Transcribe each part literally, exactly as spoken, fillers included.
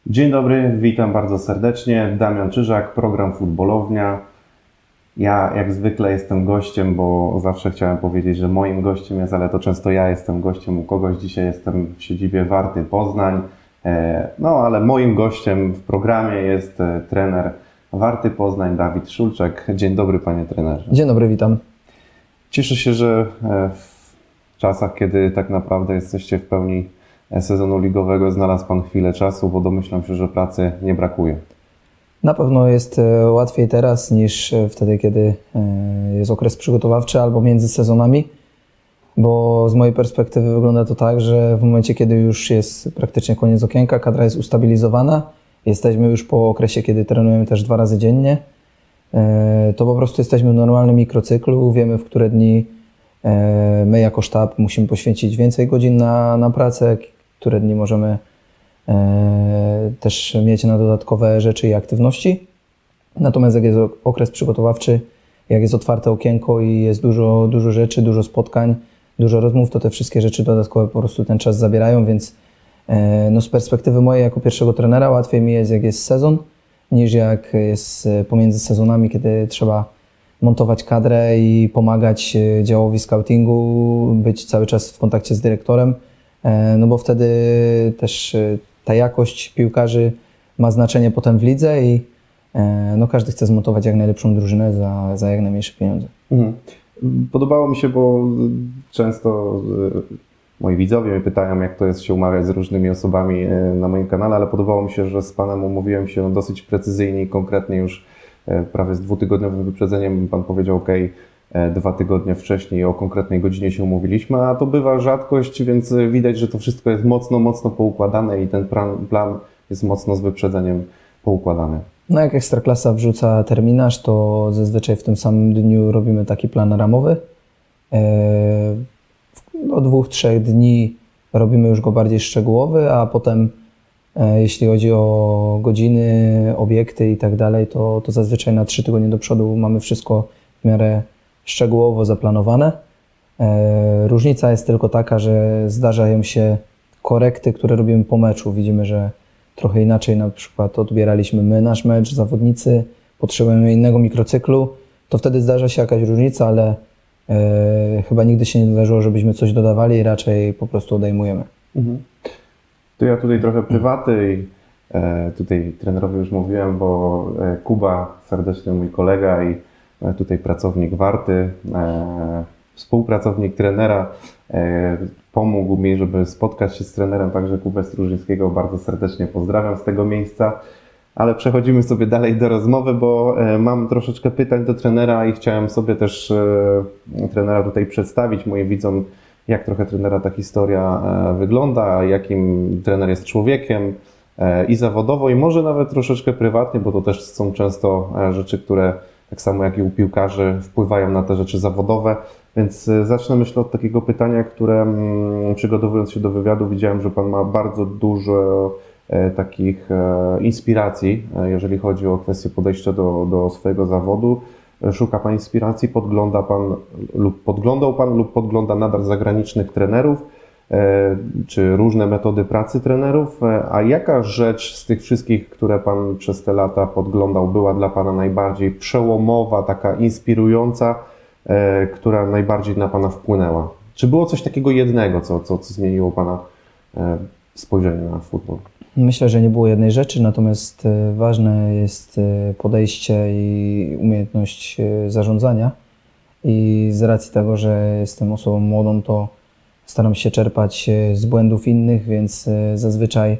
Dzień dobry, witam bardzo serdecznie. Damian Czyżak, program Futbolownia. Ja jak zwykle jestem gościem, bo zawsze chciałem powiedzieć, że moim gościem jest, ale to często ja jestem gościem u kogoś. Dzisiaj jestem w siedzibie Warty Poznań. No ale moim gościem w programie jest trener Warty Poznań, Dawid Szulczek. Dzień dobry, panie trenerze. Dzień dobry, witam. Cieszę się, że w czasach, kiedy tak naprawdę jesteście w pełni sezonu ligowego, znalazł pan chwilę czasu, bo domyślam się, że pracy nie brakuje. Na pewno jest łatwiej teraz niż wtedy, kiedy jest okres przygotowawczy albo między sezonami, bo z mojej perspektywy wygląda to tak, że w momencie, kiedy już jest praktycznie koniec okienka, kadra jest ustabilizowana, jesteśmy już po okresie, kiedy trenujemy też dwa razy dziennie, to po prostu jesteśmy w normalnym mikrocyklu, wiemy, w które dni my jako sztab musimy poświęcić więcej godzin na, na pracę, które dni możemy e, też mieć na dodatkowe rzeczy i aktywności. Natomiast jak jest okres przygotowawczy, jak jest otwarte okienko i jest dużo, dużo rzeczy, dużo spotkań, dużo rozmów, to te wszystkie rzeczy dodatkowe po prostu ten czas zabierają, więc e, no z perspektywy mojej jako pierwszego trenera łatwiej mi jest, jak jest sezon, niż jak jest pomiędzy sezonami, kiedy trzeba montować kadrę i pomagać działowi scoutingu, być cały czas w kontakcie z dyrektorem, no bo wtedy też ta jakość piłkarzy ma znaczenie potem w lidze i no każdy chce zmontować jak najlepszą drużynę za, za jak najmniejsze pieniądze. Mhm. Podobało mi się, bo często moi widzowie mnie pytają, jak to jest się umawiać z różnymi osobami na moim kanale, ale podobało mi się, że z panem umówiłem się dosyć precyzyjnie i konkretnie już prawie z dwutygodniowym wyprzedzeniem. Pan powiedział, ok, dwa tygodnie wcześniej o konkretnej godzinie się umówiliśmy, a to bywa rzadkość, więc widać, że to wszystko jest mocno, mocno poukładane i ten plan, plan jest mocno z wyprzedzeniem poukładany. No jak Ekstraklasa wrzuca terminarz, to zazwyczaj w tym samym dniu robimy taki plan ramowy. Do dwóch, trzech dni robimy już go bardziej szczegółowy, a potem jeśli chodzi o godziny, obiekty i tak dalej, to, to zazwyczaj na trzy tygodnie do przodu mamy wszystko w miarę szczegółowo zaplanowane. E, różnica jest tylko taka, że zdarzają się korekty, które robimy po meczu. Widzimy, że trochę inaczej na przykład odbieraliśmy my nasz mecz, zawodnicy, potrzebujemy innego mikrocyklu, to wtedy zdarza się jakaś różnica, ale e, chyba nigdy się nie zdarzyło, żebyśmy coś dodawali, raczej po prostu odejmujemy. Mhm. To ja tutaj trochę prywaty i e, tutaj trenerowi już mówiłem, bo e, Kuba, serdecznie mój kolega i e, tutaj pracownik Warty, e, współpracownik trenera, e, pomógł mi, żeby spotkać się z trenerem, także Kubę Strużyńskiego bardzo serdecznie pozdrawiam z tego miejsca. Ale przechodzimy sobie dalej do rozmowy, bo e, mam troszeczkę pytań do trenera i chciałem sobie też e, trenera tutaj przedstawić moim widzom, jak trochę trenera ta historia wygląda, jakim trener jest człowiekiem i zawodowo, i może nawet troszeczkę prywatnie, bo to też są często rzeczy, które tak samo jak i u piłkarzy wpływają na te rzeczy zawodowe. Więc zacznę myślę od takiego pytania, które przygotowując się do wywiadu widziałem, że pan ma bardzo dużo takich inspiracji, jeżeli chodzi o kwestię podejścia do, do swojego zawodu. Szuka pan inspiracji, podgląda pan lub podglądał pan lub podgląda nadal zagranicznych trenerów, e, czy różne metody pracy trenerów, e, a jaka rzecz z tych wszystkich, które pan przez te lata podglądał, była dla pana najbardziej przełomowa, taka inspirująca, e, która najbardziej na pana wpłynęła? Czy było coś takiego jednego, co, co, co zmieniło pana e, spojrzenie na futbol? Myślę, że nie było jednej rzeczy, natomiast ważne jest podejście i umiejętność zarządzania. I z racji tego, że jestem osobą młodą, to staram się czerpać z błędów innych, więc zazwyczaj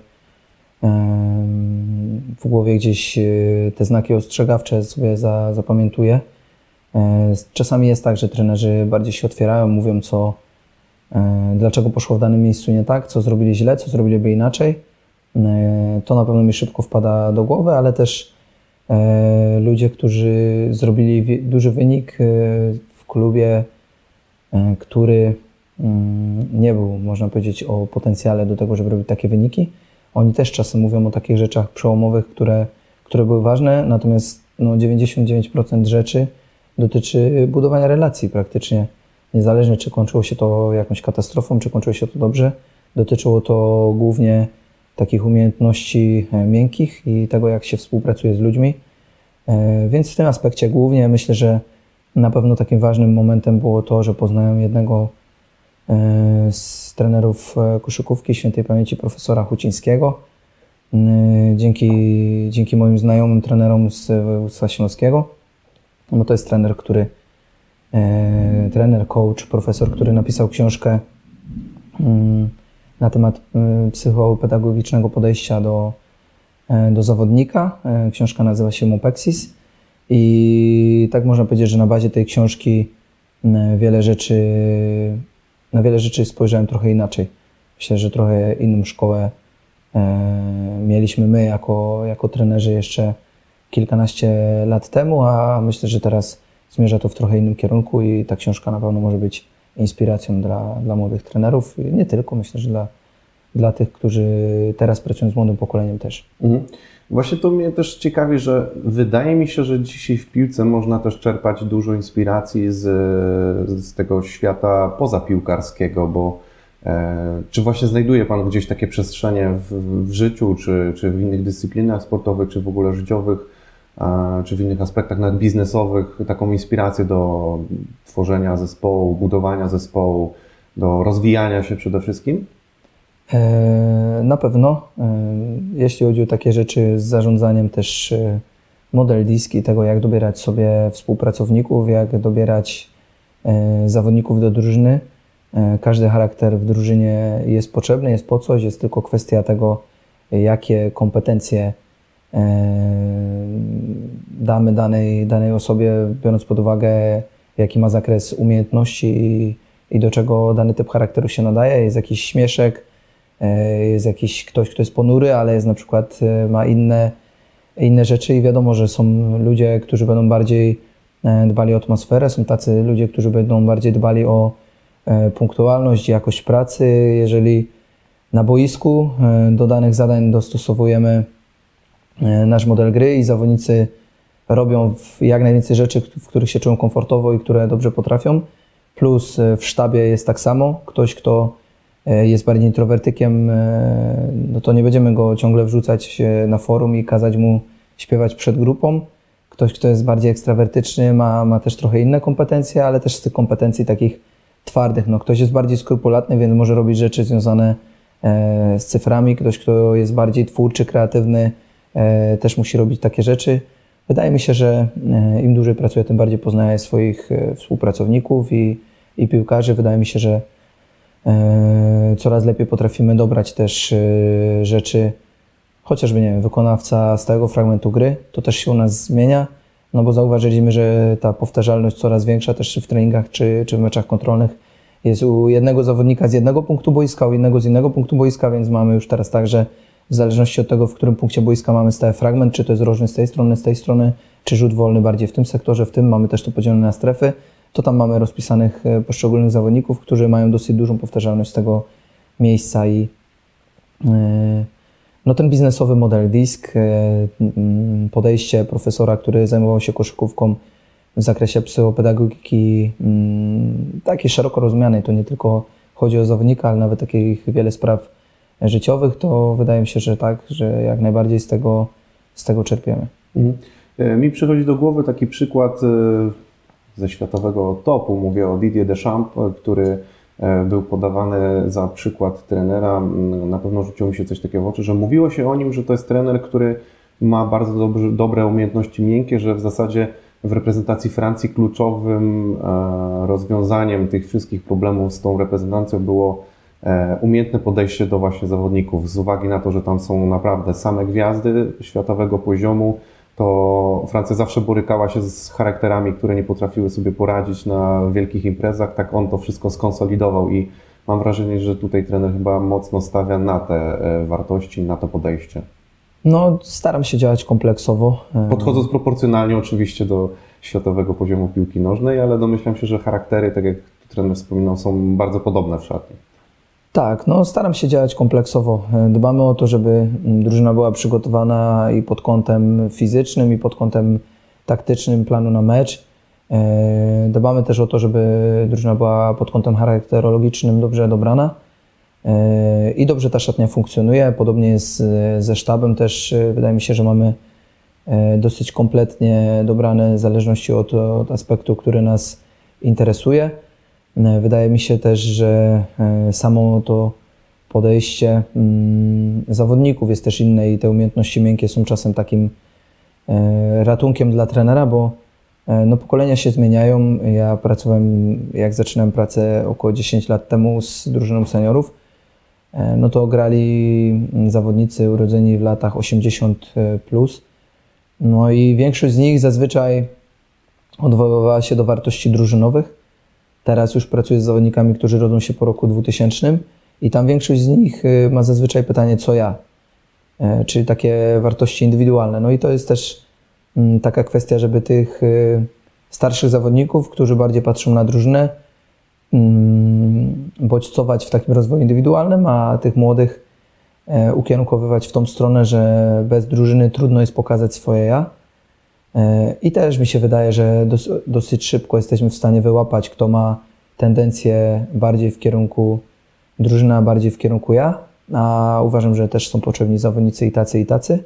w głowie gdzieś te znaki ostrzegawcze sobie zapamiętuję. Czasami jest tak, że trenerzy bardziej się otwierają, mówią, co, dlaczego poszło w danym miejscu nie tak, co zrobili źle, co zrobiliby inaczej. To na pewno mi szybko wpada do głowy, ale też e, ludzie, którzy zrobili wi- duży wynik e, w klubie, e, który mm, nie był, można powiedzieć, o potencjale do tego, żeby robić takie wyniki. Oni też czasem mówią o takich rzeczach przełomowych, które, które były ważne, natomiast no, dziewięćdziesiąt dziewięć procent rzeczy dotyczy budowania relacji praktycznie. Niezależnie, czy kończyło się to jakąś katastrofą, czy kończyło się to dobrze, dotyczyło to głównie takich umiejętności miękkich i tego, jak się współpracuje z ludźmi. Więc w tym aspekcie głównie myślę, że na pewno takim ważnym momentem było to, że poznałem jednego z trenerów koszykówki świętej pamięci profesora Hucińskiego. Dzięki, dzięki moim znajomym trenerom z województwa śląskiego, bo to jest trener, który trener, coach, profesor, który napisał książkę na temat psychopedagogicznego podejścia do, do zawodnika. Książka nazywa się Mopexis i tak można powiedzieć, że na bazie tej książki wiele rzeczy, na wiele rzeczy spojrzałem trochę inaczej. Myślę, że trochę inną szkołę mieliśmy my jako, jako trenerzy jeszcze kilkanaście lat temu, a myślę, że teraz zmierza to w trochę innym kierunku i ta książka na pewno może być inspiracją dla, dla młodych trenerów. I nie tylko, myślę, że dla, dla tych, którzy teraz pracują z młodym pokoleniem też. Mhm. Właśnie to mnie też ciekawi, że wydaje mi się, że dzisiaj w piłce można też czerpać dużo inspiracji z, z tego świata pozapiłkarskiego, bo e, czy właśnie znajduje Pan gdzieś takie przestrzenie w, w życiu, czy, czy w innych dyscyplinach sportowych, czy w ogóle życiowych, a, czy w innych aspektach nawet biznesowych, taką inspirację do tworzenia zespołu, budowania zespołu, do rozwijania się przede wszystkim? Na pewno. Jeśli chodzi o takie rzeczy z zarządzaniem, też model D I S K i tego, jak dobierać sobie współpracowników, jak dobierać zawodników do drużyny. Każdy charakter w drużynie jest potrzebny, jest po coś, jest tylko kwestia tego, jakie kompetencje damy danej, danej osobie, biorąc pod uwagę, jaki ma zakres umiejętności i, i do czego dany typ charakteru się nadaje. Jest jakiś śmieszek, jest jakiś ktoś, kto jest ponury, ale jest na przykład ma inne, inne rzeczy i wiadomo, że są ludzie, którzy będą bardziej dbali o atmosferę, są tacy ludzie, którzy będą bardziej dbali o punktualność, jakość pracy. Jeżeli na boisku do danych zadań dostosowujemy nasz model gry i zawodnicy robią jak najwięcej rzeczy, w których się czują komfortowo i które dobrze potrafią, plus w sztabie jest tak samo, ktoś, kto jest bardziej introwertykiem, no to nie będziemy go ciągle wrzucać na forum i kazać mu śpiewać przed grupą. Ktoś, kto jest bardziej ekstrawertyczny, ma, ma też trochę inne kompetencje, ale też z tych kompetencji takich twardych. No, ktoś jest bardziej skrupulatny, więc może robić rzeczy związane z cyframi. Ktoś, kto jest bardziej twórczy, kreatywny, też musi robić takie rzeczy. Wydaje mi się, że im dłużej pracuję, tym bardziej poznaję swoich współpracowników i, i piłkarzy. Wydaje mi się, że coraz lepiej potrafimy dobrać też rzeczy, chociażby, nie wiem, wykonawca stałego fragmentu gry, to też się u nas zmienia, no bo zauważyliśmy, że ta powtarzalność coraz większa też w treningach czy, czy w meczach kontrolnych jest u jednego zawodnika z jednego punktu boiska, u innego z innego punktu boiska, więc mamy już teraz tak, że w zależności od tego, w którym punkcie boiska mamy stały fragment, czy to jest rożny z tej strony, z tej strony, czy rzut wolny bardziej w tym sektorze, w tym mamy też to podzielone na strefy, to tam mamy rozpisanych poszczególnych zawodników, którzy mają dosyć dużą powtarzalność z tego miejsca i no ten biznesowy model D I S K, podejście profesora, który zajmował się koszykówką w zakresie psychopedagogiki takiej szeroko rozumianej, to nie tylko chodzi o zawodnika, ale nawet takich wiele spraw życiowych, to wydaje mi się, że tak, że jak najbardziej z tego, z tego czerpiemy. Mhm. Mi przychodzi do głowy taki przykład ze światowego topu, mówię o Didier Deschamps, który był podawany za przykład trenera. Na pewno rzuciło mi się coś takiego w oczy, że mówiło się o nim, że to jest trener, który ma bardzo dobrze, dobre umiejętności miękkie, że w zasadzie w reprezentacji Francji kluczowym rozwiązaniem tych wszystkich problemów z tą reprezentacją było umiejętne podejście do właśnie zawodników. Z uwagi na to, że tam są naprawdę same gwiazdy światowego poziomu, to Francja zawsze borykała się z charakterami, które nie potrafiły sobie poradzić na wielkich imprezach. Tak on to wszystko skonsolidował i mam wrażenie, że tutaj trener chyba mocno stawia na te wartości, na to podejście. No, staram się działać kompleksowo. Podchodząc proporcjonalnie oczywiście do światowego poziomu piłki nożnej, ale domyślam się, że charaktery, tak jak trener wspominał, są bardzo podobne w szatni. Tak, no staram się działać kompleksowo. Dbamy o to, żeby drużyna była przygotowana i pod kątem fizycznym, i pod kątem taktycznym planu na mecz. Dbamy też o to, żeby drużyna była pod kątem charakterologicznym dobrze dobrana. i dobrze ta szatnia funkcjonuje. Podobnie jest ze sztabem też. Wydaje mi się, że mamy dosyć kompletnie dobrane w zależności od, od aspektu, który nas interesuje. Wydaje mi się też, że samo to podejście zawodników jest też inne i te umiejętności miękkie są czasem takim ratunkiem dla trenera, bo no, pokolenia się zmieniają. Ja pracowałem, jak zaczynałem pracę około dziesięć lat temu z drużyną seniorów, no to grali zawodnicy urodzeni w latach osiemdziesiąt plus. No i większość z nich zazwyczaj odwoływała się do wartości drużynowych. Teraz już pracuję z zawodnikami, którzy rodzą się po roku dwutysięcznym i tam większość z nich ma zazwyczaj pytanie, co ja? Czyli takie wartości indywidualne. No i to jest też taka kwestia, żeby tych starszych zawodników, którzy bardziej patrzą na drużynę, bodźcować w takim rozwoju indywidualnym, a tych młodych ukierunkowywać w tą stronę, że bez drużyny trudno jest pokazać swoje ja. I też mi się wydaje, że dosyć szybko jesteśmy w stanie wyłapać, kto ma tendencję bardziej w kierunku drużyna, bardziej w kierunku ja, a uważam, że też są potrzebni zawodnicy i tacy, i tacy.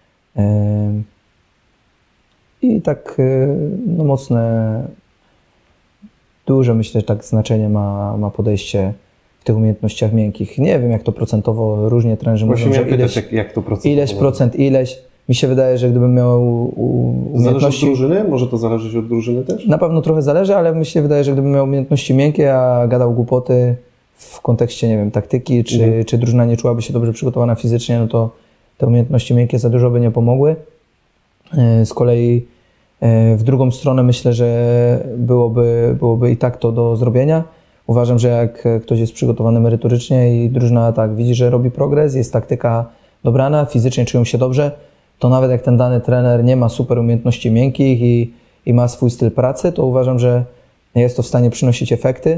I tak no, mocne, duże myślę, że tak znaczenie ma, ma podejście w tych umiejętnościach miękkich. Nie wiem, jak to procentowo różnie trenerzy mówią, że ileś, jak, jak to procentowo ileś procent, ileś. Mi się wydaje, że gdybym miał umiejętności... Zależy od drużyny? Może to zależeć od drużyny też? Na pewno trochę zależy, ale mi się wydaje, że gdybym miał umiejętności miękkie, a gadał głupoty w kontekście, nie wiem, taktyki, czy, mhm. czy drużyna nie czułaby się dobrze przygotowana fizycznie, no to te umiejętności miękkie za dużo by nie pomogły. Z kolei w drugą stronę myślę, że byłoby, byłoby i tak to do zrobienia. Uważam, że jak ktoś jest przygotowany merytorycznie i drużyna tak widzi, że robi progres, jest taktyka dobrana, fizycznie czują się dobrze, to nawet jak ten dany trener nie ma super umiejętności miękkich i, i ma swój styl pracy, to uważam, że jest to w stanie przynosić efekty.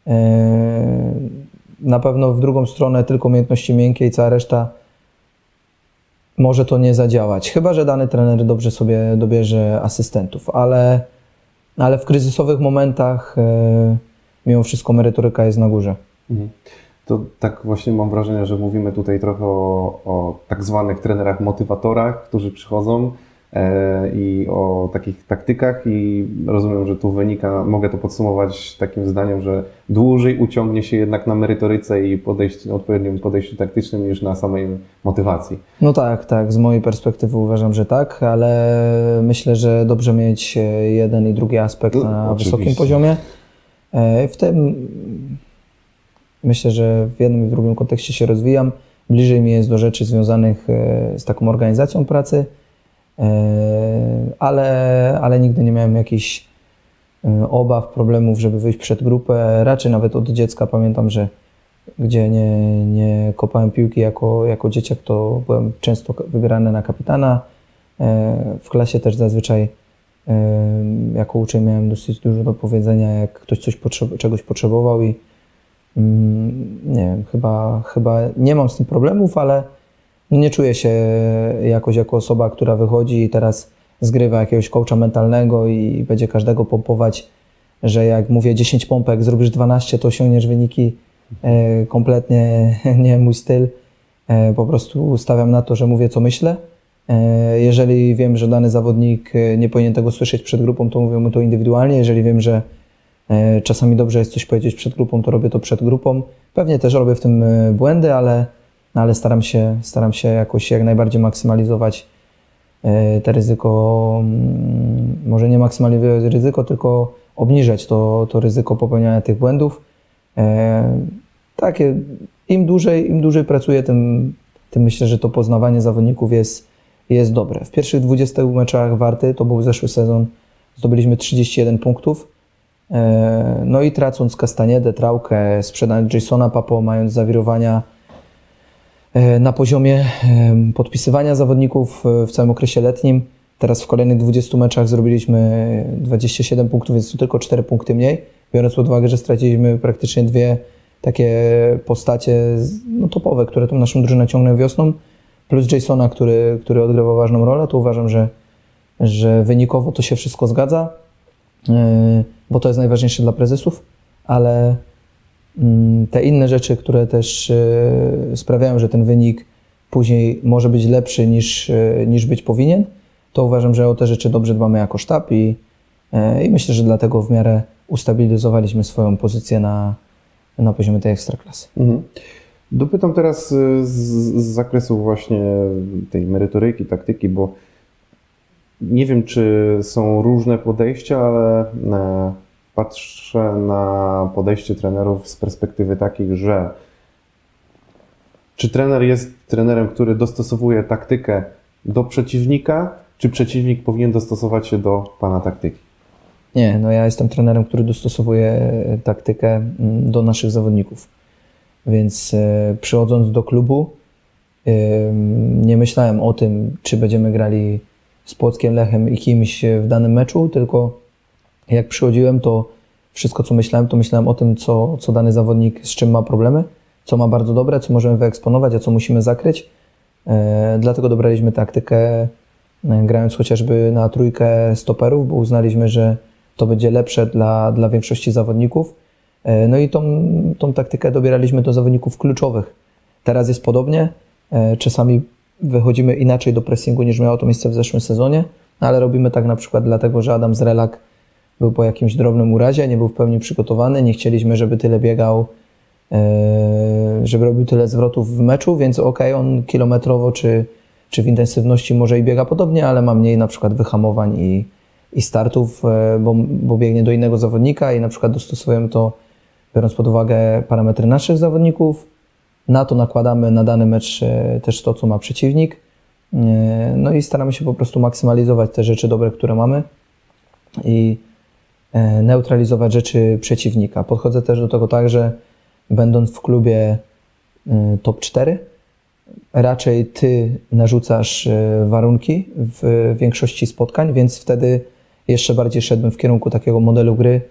Na pewno w drugą stronę tylko umiejętności miękkie i cała reszta może to nie zadziałać. Chyba że dany trener dobrze sobie dobierze asystentów, ale, ale w kryzysowych momentach mimo wszystko merytoryka jest na górze. Mhm. To tak właśnie mam wrażenie, że mówimy tutaj trochę o, o tak zwanych trenerach motywatorach, którzy przychodzą e, i o takich taktykach i rozumiem, że tu wynika, mogę to podsumować takim zdaniem, że dłużej uciągnie się jednak na merytoryce i podejściu, odpowiednim podejściu taktycznym niż na samej motywacji. No tak, tak, z mojej perspektywy uważam, że tak, ale myślę, że dobrze mieć jeden i drugi aspekt no, na oczywiście. Wysokim poziomie. W tym myślę, że w jednym i w drugim kontekście się rozwijam. Bliżej mi jest do rzeczy związanych z taką organizacją pracy, ale, ale nigdy nie miałem jakichś obaw, problemów, żeby wyjść przed grupę. Raczej nawet od dziecka pamiętam, że gdzie nie, nie kopałem piłki jako, jako dzieciak, to byłem często wybierany na kapitana. W klasie też zazwyczaj jako uczeń miałem dosyć dużo do powiedzenia, jak ktoś coś potrzeb- czegoś potrzebował i nie wiem, chyba, chyba nie mam z tym problemów, ale nie czuję się jakoś jako osoba, która wychodzi i teraz zgrywa jakiegoś coacha mentalnego i będzie każdego pompować, że jak mówię dziesięć pompek, zrobisz dwanaście, to osiągniesz wyniki. Kompletnie nie mój styl. Po prostu stawiam na to, że mówię, co myślę. Jeżeli wiem, że dany zawodnik nie powinien tego słyszeć przed grupą, to mówię mu to indywidualnie. Jeżeli wiem, że czasami dobrze jest coś powiedzieć przed grupą, to robię to przed grupą. Pewnie też robię w tym błędy, ale, ale staram się, staram się jakoś jak najbardziej maksymalizować te ryzyko, może nie maksymalizować ryzyko, tylko obniżać to, to ryzyko popełniania tych błędów. Takie, im dłużej, im dłużej pracuję, tym, tym myślę, że to poznawanie zawodników jest, jest dobre. W pierwszych dwudziestu meczach Warty, to był zeszły sezon, zdobyliśmy trzydzieści jeden punktów. No i tracąc Castaniedę, Trałkę, sprzedając Jasona Papo, mając zawirowania na poziomie podpisywania zawodników w całym okresie letnim. Teraz w kolejnych dwudziestu meczach zrobiliśmy dwadzieścia siedem punktów, więc to tylko cztery punkty mniej. Biorąc pod uwagę, że straciliśmy praktycznie dwie takie postacie no, topowe, które tą naszą drużynę ciągną wiosną, plus Jasona, który, który odgrywał ważną rolę, to uważam, że, że wynikowo to się wszystko zgadza, bo to jest najważniejsze dla prezesów, ale, te inne rzeczy, które też sprawiają, że ten wynik później może być lepszy niż, niż być powinien, to uważam, że o te rzeczy dobrze dbamy jako sztab i, i myślę, że dlatego w miarę ustabilizowaliśmy swoją pozycję na, na poziomie tej ekstraklasy. Mhm. Dopytam teraz z, z zakresu właśnie tej merytoryki, taktyki, bo nie wiem, czy są różne podejścia, ale patrzę na podejście trenerów z perspektywy takiej, że czy trener jest trenerem, który dostosowuje taktykę do przeciwnika, czy przeciwnik powinien dostosować się do pana taktyki? Nie, no ja jestem trenerem, który dostosowuje taktykę do naszych zawodników. Więc e, przychodząc do klubu e, nie myślałem o tym, czy będziemy grali z Płockiem, Lechem i kimś w danym meczu, tylko jak przychodziłem, to wszystko co myślałem, to myślałem o tym, co, co dany zawodnik, z czym ma problemy, co ma bardzo dobre, co możemy wyeksponować, a co musimy zakryć. E, dlatego dobraliśmy taktykę, e, grając chociażby na trójkę stoperów, bo uznaliśmy, że to będzie lepsze dla, dla większości zawodników. E, no i tą, tą taktykę dobieraliśmy do zawodników kluczowych. Teraz jest podobnie. E, czasami wychodzimy inaczej do pressingu niż miało to miejsce w zeszłym sezonie, ale robimy tak na przykład dlatego, że Adam Zrelak był po jakimś drobnym urazie, nie był w pełni przygotowany, nie chcieliśmy, żeby tyle biegał, żeby robił tyle zwrotów w meczu, więc okej, okay, on kilometrowo czy, czy w intensywności może i biega podobnie, ale ma mniej na przykład wyhamowań i, i startów, bo, bo biegnie do innego zawodnika i na przykład dostosujemy to, biorąc pod uwagę parametry naszych zawodników, na to nakładamy na dany mecz też to, co ma przeciwnik, no i staramy się po prostu maksymalizować te rzeczy dobre, które mamy i neutralizować rzeczy przeciwnika. Podchodzę też do tego tak, że będąc w klubie top cztery, raczej ty narzucasz warunki w większości spotkań, więc wtedy jeszcze bardziej szedłbym w kierunku takiego modelu gry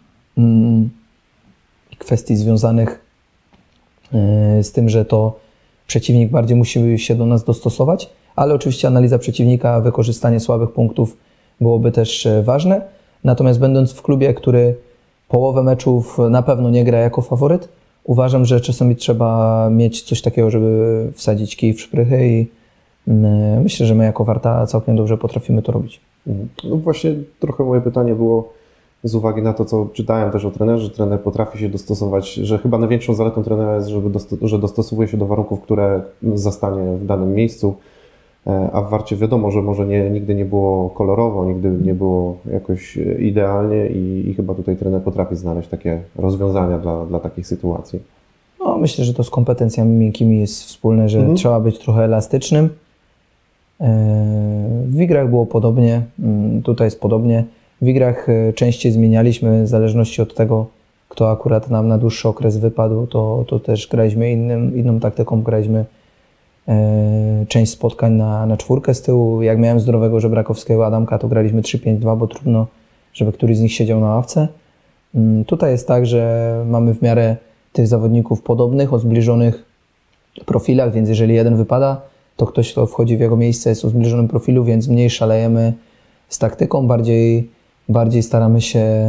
i kwestii związanych z tym, że to przeciwnik bardziej musi się do nas dostosować, ale oczywiście analiza przeciwnika, wykorzystanie słabych punktów byłoby też ważne. Natomiast będąc w klubie, który połowę meczów na pewno nie gra jako faworyt, uważam, że czasami trzeba mieć coś takiego, żeby wsadzić kij w szprychy i myślę, że my jako Warta całkiem dobrze potrafimy to robić. No właśnie trochę moje pytanie było z uwagi na to, co czytałem też o trenerze, że trener potrafi się dostosować, że chyba największą zaletą trenera jest, żeby dosto- że dostosowuje się do warunków, które zastanie w danym miejscu, a w Warcie wiadomo, że może nie, nigdy nie było kolorowo, nigdy nie było jakoś idealnie i, i chyba tutaj trener potrafi znaleźć takie rozwiązania dla, dla takich sytuacji. No, myślę, że to z kompetencjami miękkimi jest wspólne, że mhm. trzeba być trochę elastycznym. W igrach było podobnie, tutaj jest podobnie. W igrach częściej zmienialiśmy w zależności od tego, kto akurat nam na dłuższy okres wypadł, to, to też graliśmy innym, inną taktyką, graliśmy część spotkań na, na czwórkę z tyłu. Jak miałem zdrowego Żebrakowskiego, Adamka, to graliśmy trzy pięć dwa, bo trudno, żeby któryś z nich siedział na ławce. Tutaj jest tak, że mamy w miarę tych zawodników podobnych, o zbliżonych profilach, więc jeżeli jeden wypada, to ktoś, kto wchodzi w jego miejsce, jest o zbliżonym profilu, więc mniej szalejemy z taktyką, bardziej, bardziej staramy się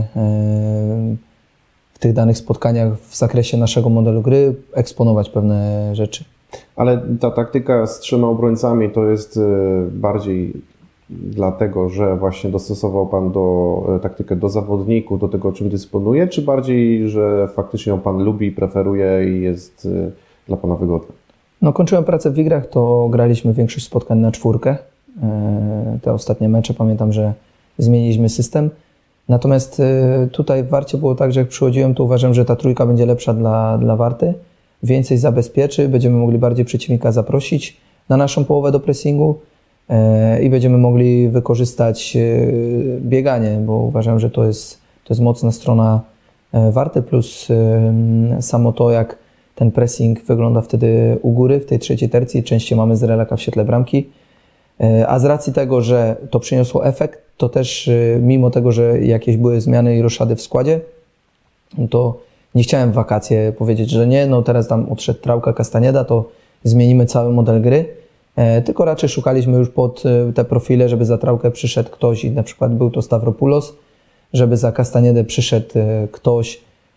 w tych danych spotkaniach w zakresie naszego modelu gry eksponować pewne rzeczy. Ale ta taktyka z trzema obrońcami to jest bardziej dlatego, że właśnie dostosował Pan do, taktykę do zawodników, do tego, czym dysponuje, czy bardziej, że faktycznie ją Pan lubi, preferuje i jest dla Pana wygodna? No, kończyłem pracę w igrach, to graliśmy większość spotkań na czwórkę. Te ostatnie mecze pamiętam, że zmieniliśmy system. Natomiast tutaj w Warcie było tak, że jak przychodziłem, to uważam, że ta trójka będzie lepsza dla, dla Warty. Więcej zabezpieczy, będziemy mogli bardziej przeciwnika zaprosić na naszą połowę do pressingu i będziemy mogli wykorzystać bieganie, bo uważam, że to jest, to jest mocna strona Warty, plus samo to, jak ten pressing wygląda wtedy u góry, w tej trzeciej tercji, częściej mamy Zrelaka w świetle bramki, a z racji tego, że to przyniosło efekt, to też mimo tego, że jakieś były zmiany i roszady w składzie, to nie chciałem w wakacje powiedzieć, że nie, no teraz tam odszedł Trałka, Castañeda, to zmienimy cały model gry, e, tylko raczej szukaliśmy już pod te profile, żeby za Trałkę przyszedł ktoś i na przykład był to Stavropoulos, żeby za Castañedę przyszedł ktoś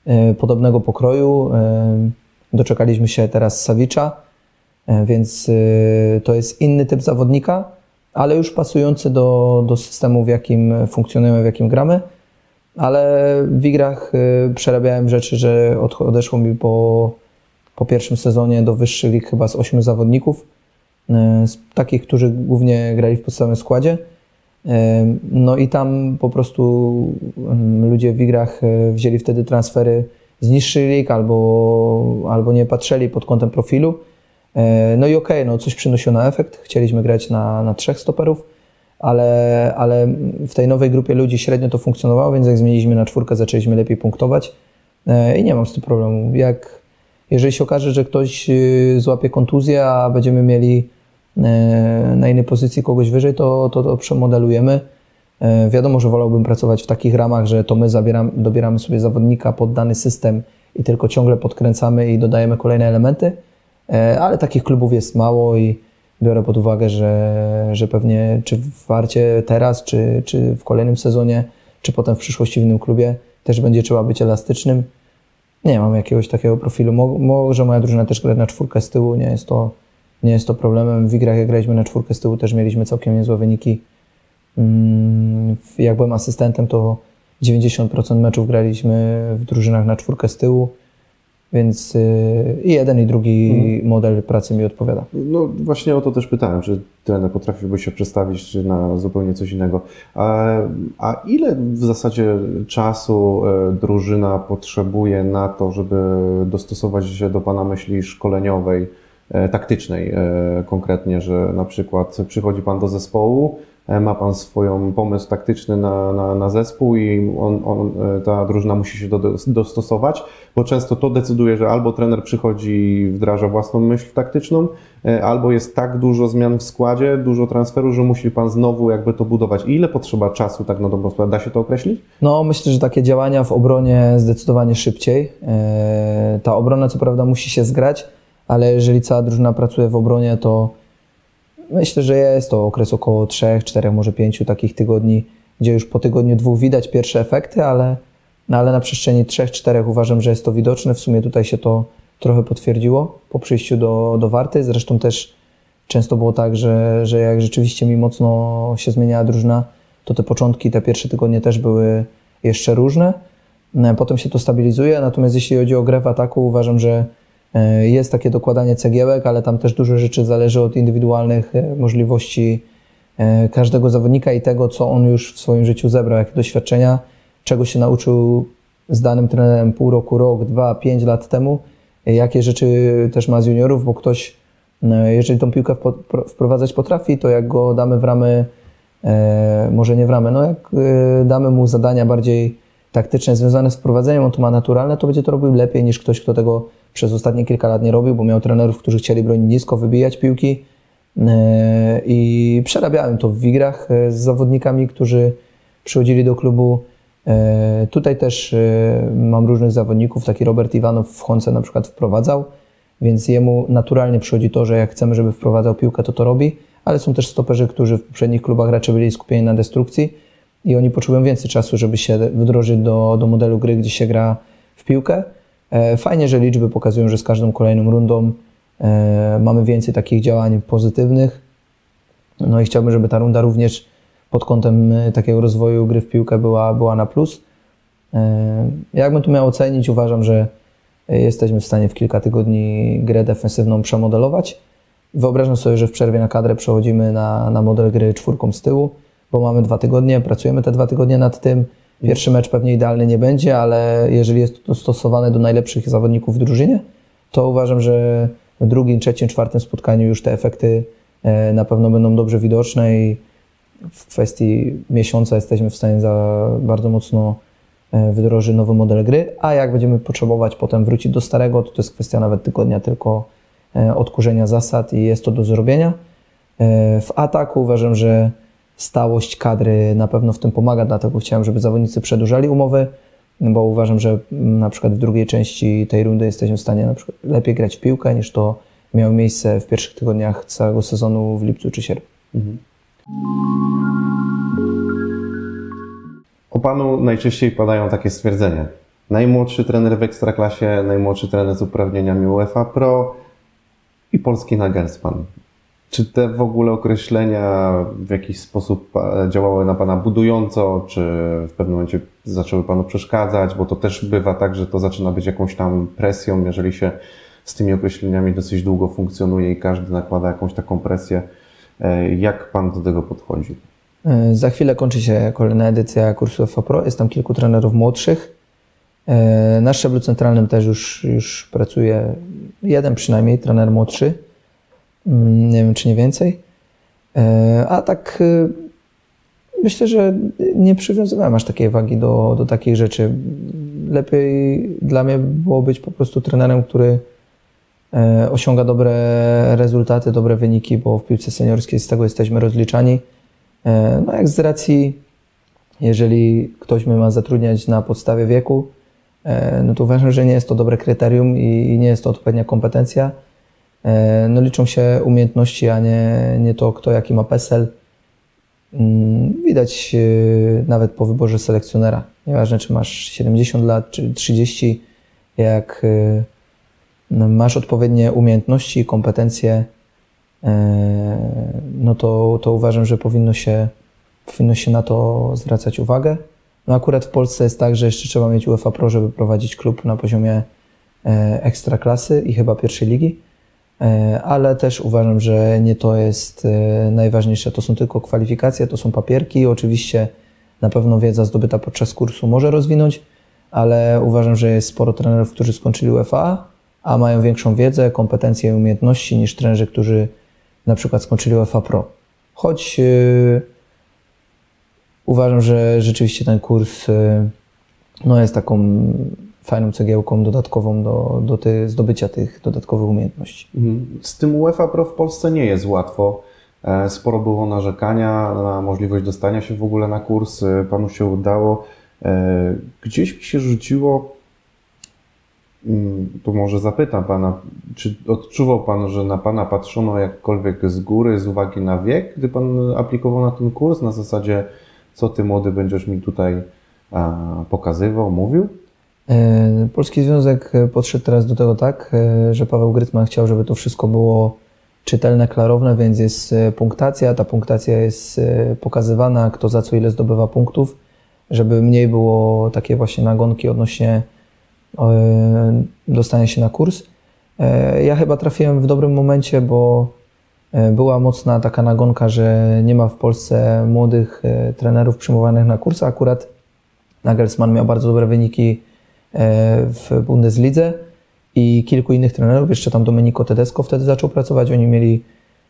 podobnego pokroju. Doczekaliśmy się teraz Savicza, więc to jest inny typ zawodnika, ale już pasujący do, do systemu, w jakim funkcjonujemy, w jakim gramy. Ale w igrach przerabiałem rzeczy, że odeszło mi po, po pierwszym sezonie do wyższych lig chyba z ośmiu zawodników, z takich, którzy głównie grali w podstawowym składzie. No i tam po prostu ludzie w igrach wzięli wtedy transfery z niższych lig albo, albo nie patrzyli pod kątem profilu. No i okej, okay, no coś przynosiło na efekt. Chcieliśmy grać na, na trzech stoperów, ale, ale w tej nowej grupie ludzi średnio to funkcjonowało, więc jak zmieniliśmy na czwórkę, zaczęliśmy lepiej punktować i nie mam z tym problemu. Jak, jeżeli się okaże, że ktoś złapie kontuzję, a będziemy mieli na innej pozycji kogoś wyżej, to, to, to przemodelujemy. Wiadomo, że wolałbym pracować w takich ramach, że to my zabieram, dobieramy sobie zawodnika pod dany system i tylko ciągle podkręcamy i dodajemy kolejne elementy, ale takich klubów jest mało i biorę pod uwagę, że, że pewnie czy w Warcie teraz, czy, czy w kolejnym sezonie, czy potem w przyszłości w innym klubie też będzie trzeba być elastycznym. Nie mam jakiegoś takiego profilu. Może moja drużyna też gra na czwórkę z tyłu, nie jest to Nie jest to problemem. W igrach, jak graliśmy na czwórkę z tyłu, też mieliśmy całkiem niezłe wyniki. Jak byłem asystentem, to dziewięćdziesiąt procent meczów graliśmy w drużynach na czwórkę z tyłu, więc i jeden, i drugi hmm. model pracy mi odpowiada. No właśnie o to też pytałem, czy trener potrafiłby się przestawić na zupełnie coś innego. A, a ile w zasadzie czasu drużyna potrzebuje na to, żeby dostosować się do Pana myśli szkoleniowej, taktycznej konkretnie, że na przykład przychodzi Pan do zespołu, ma Pan swoją pomysł taktyczny na, na, na zespół i on, on, ta drużyna musi się do, dostosować, bo często to decyduje, że albo trener przychodzi i wdraża własną myśl taktyczną, albo jest tak dużo zmian w składzie, dużo transferu, że musi Pan znowu jakby to budować. I ile potrzeba czasu tak na dobrą sprawę? Da się to określić? No myślę, że takie działania w obronie zdecydowanie szybciej. Ta obrona co prawda musi się zgrać, ale jeżeli cała drużyna pracuje w obronie, to myślę, że jest to okres około trzech, czterech, może pięciu takich tygodni, gdzie już po tygodniu dwóch widać pierwsze efekty, ale, no ale na przestrzeni trzech, czterech uważam, że jest to widoczne. W sumie tutaj się to trochę potwierdziło po przyjściu do, do Warty. Zresztą też często było tak, że, że jak rzeczywiście mi mocno się zmieniała drużyna, to te początki, te pierwsze tygodnie też były jeszcze różne. Potem się to stabilizuje, natomiast jeśli chodzi o grę w ataku, uważam, że jest takie dokładanie cegiełek, ale tam też dużo rzeczy zależy od indywidualnych możliwości każdego zawodnika i tego, co on już w swoim życiu zebrał, jakie doświadczenia, czego się nauczył z danym trenerem pół roku, rok, dwa, pięć lat temu, jakie rzeczy też ma z juniorów, bo ktoś, jeżeli tą piłkę wprowadzać potrafi, to jak go damy w ramy, może nie w ramy, no jak damy mu zadania bardziej taktyczne związane z wprowadzeniem, on to ma naturalne, to będzie to robił lepiej niż ktoś, kto tego przez ostatnie kilka lat nie robił, bo miał trenerów, którzy chcieli bronić nisko, wybijać piłki i przerabiałem to w igrach z zawodnikami, którzy przychodzili do klubu. Tutaj też mam różnych zawodników, taki Robert Iwanow w Honce na przykład wprowadzał, więc jemu naturalnie przychodzi to, że jak chcemy, żeby wprowadzał piłkę, to to robi, ale są też stoperzy, którzy w poprzednich klubach raczej byli skupieni na destrukcji i oni potrzebują więcej czasu, żeby się wdrożyć do, do modelu gry, gdzie się gra w piłkę. Fajnie, że liczby pokazują, że z każdą kolejną rundą e, mamy więcej takich działań pozytywnych. No i chciałbym, żeby ta runda również pod kątem takiego rozwoju gry w piłkę była, była na plus. E, jakbym tu miał ocenić, uważam, że jesteśmy w stanie w kilka tygodni grę defensywną przemodelować. Wyobrażam sobie, że w przerwie na kadrę przechodzimy na, na model gry czwórką z tyłu, bo mamy dwa tygodnie, pracujemy te dwa tygodnie nad tym. Pierwszy mecz pewnie idealny nie będzie, ale jeżeli jest to stosowane do najlepszych zawodników w drużynie, to uważam, że w drugim, trzecim, czwartym spotkaniu już te efekty na pewno będą dobrze widoczne i w kwestii miesiąca jesteśmy w stanie za bardzo mocno wdrożyć nowy model gry, a jak będziemy potrzebować potem wrócić do starego, to to jest kwestia nawet tygodnia tylko odkurzenia zasad i jest to do zrobienia. W ataku uważam, że stałość kadry na pewno w tym pomaga, dlatego chciałem, żeby zawodnicy przedłużali umowy, bo uważam, że na przykład w drugiej części tej rundy jesteśmy w stanie na przykład lepiej grać w piłkę niż to miało miejsce w pierwszych tygodniach całego sezonu w lipcu czy sierpniu. Mhm. O Panu najczęściej padają takie stwierdzenia. najmłodszy trener w Ekstraklasie, najmłodszy trener z uprawnieniami UEFA Pro i polski Nagelsmann. Czy te w ogóle określenia w jakiś sposób działały na Pana budująco, czy w pewnym momencie zaczęły Panu przeszkadzać? Bo to też bywa tak, że to zaczyna być jakąś tam presją, jeżeli się z tymi określeniami dosyć długo funkcjonuje i każdy nakłada jakąś taką presję. Jak Pan do tego podchodzi? Za chwilę kończy się kolejna edycja kursu UEFA Pro. Jest tam kilku trenerów młodszych. Na szczeblu centralnym też już, już pracuje jeden przynajmniej trener młodszy. Nie wiem, czy nie więcej. A tak myślę, że nie przywiązywałem aż takiej wagi do, do takich rzeczy. Lepiej dla mnie było być po prostu trenerem, który osiąga dobre rezultaty, dobre wyniki, bo w piłce seniorskiej z tego jesteśmy rozliczani. No jak z racji, jeżeli ktoś mnie ma zatrudniać na podstawie wieku, no to uważam, że nie jest to dobre kryterium i nie jest to odpowiednia kompetencja. No liczą się umiejętności, a nie, nie to, kto jaki ma PESEL. Widać nawet po wyborze selekcjonera. Nieważne, czy masz siedemdziesiąt lat, czy trzydzieści, jak masz odpowiednie umiejętności i kompetencje, no to, to uważam, że powinno się, powinno się na to zwracać uwagę. No akurat w Polsce jest tak, że jeszcze trzeba mieć UEFA Pro, żeby prowadzić klub na poziomie ekstraklasy i chyba pierwszej ligi, ale też uważam, że nie to jest najważniejsze. To są tylko kwalifikacje, to są papierki. Oczywiście na pewno wiedza zdobyta podczas kursu może rozwinąć, ale uważam, że jest sporo trenerów, którzy skończyli UEFA, a mają większą wiedzę, kompetencje i umiejętności niż trenerzy, którzy na przykład skończyli UEFA Pro. Choć yy, uważam, że rzeczywiście ten kurs yy, no jest taką fajną cegiełką dodatkową do, do ty, zdobycia tych dodatkowych umiejętności. Z tym UEFA Pro w Polsce nie jest łatwo. Sporo było narzekania na możliwość dostania się w ogóle na kurs. Panu się udało. Gdzieś mi się rzuciło, to może zapytam Pana, czy odczuwał Pan, że na Pana patrzono jakkolwiek z góry z uwagi na wiek, gdy Pan aplikował na ten kurs? Na zasadzie, co Ty młody będziesz mi tutaj pokazywał, mówił? Polski Związek podszedł teraz do tego tak, że Paweł Grytman chciał, żeby to wszystko było czytelne, klarowne, więc jest punktacja. Ta punktacja jest pokazywana, kto za co ile zdobywa punktów, żeby mniej było takie właśnie nagonki odnośnie dostania się na kurs. Ja chyba trafiłem w dobrym momencie, bo była mocna taka nagonka, że nie ma w Polsce młodych trenerów przyjmowanych na kurs. Akurat Nagelsmann miał bardzo dobre wyniki w Bundeslidze i kilku innych trenerów, jeszcze tam Domenico Tedesco wtedy zaczął pracować, oni mieli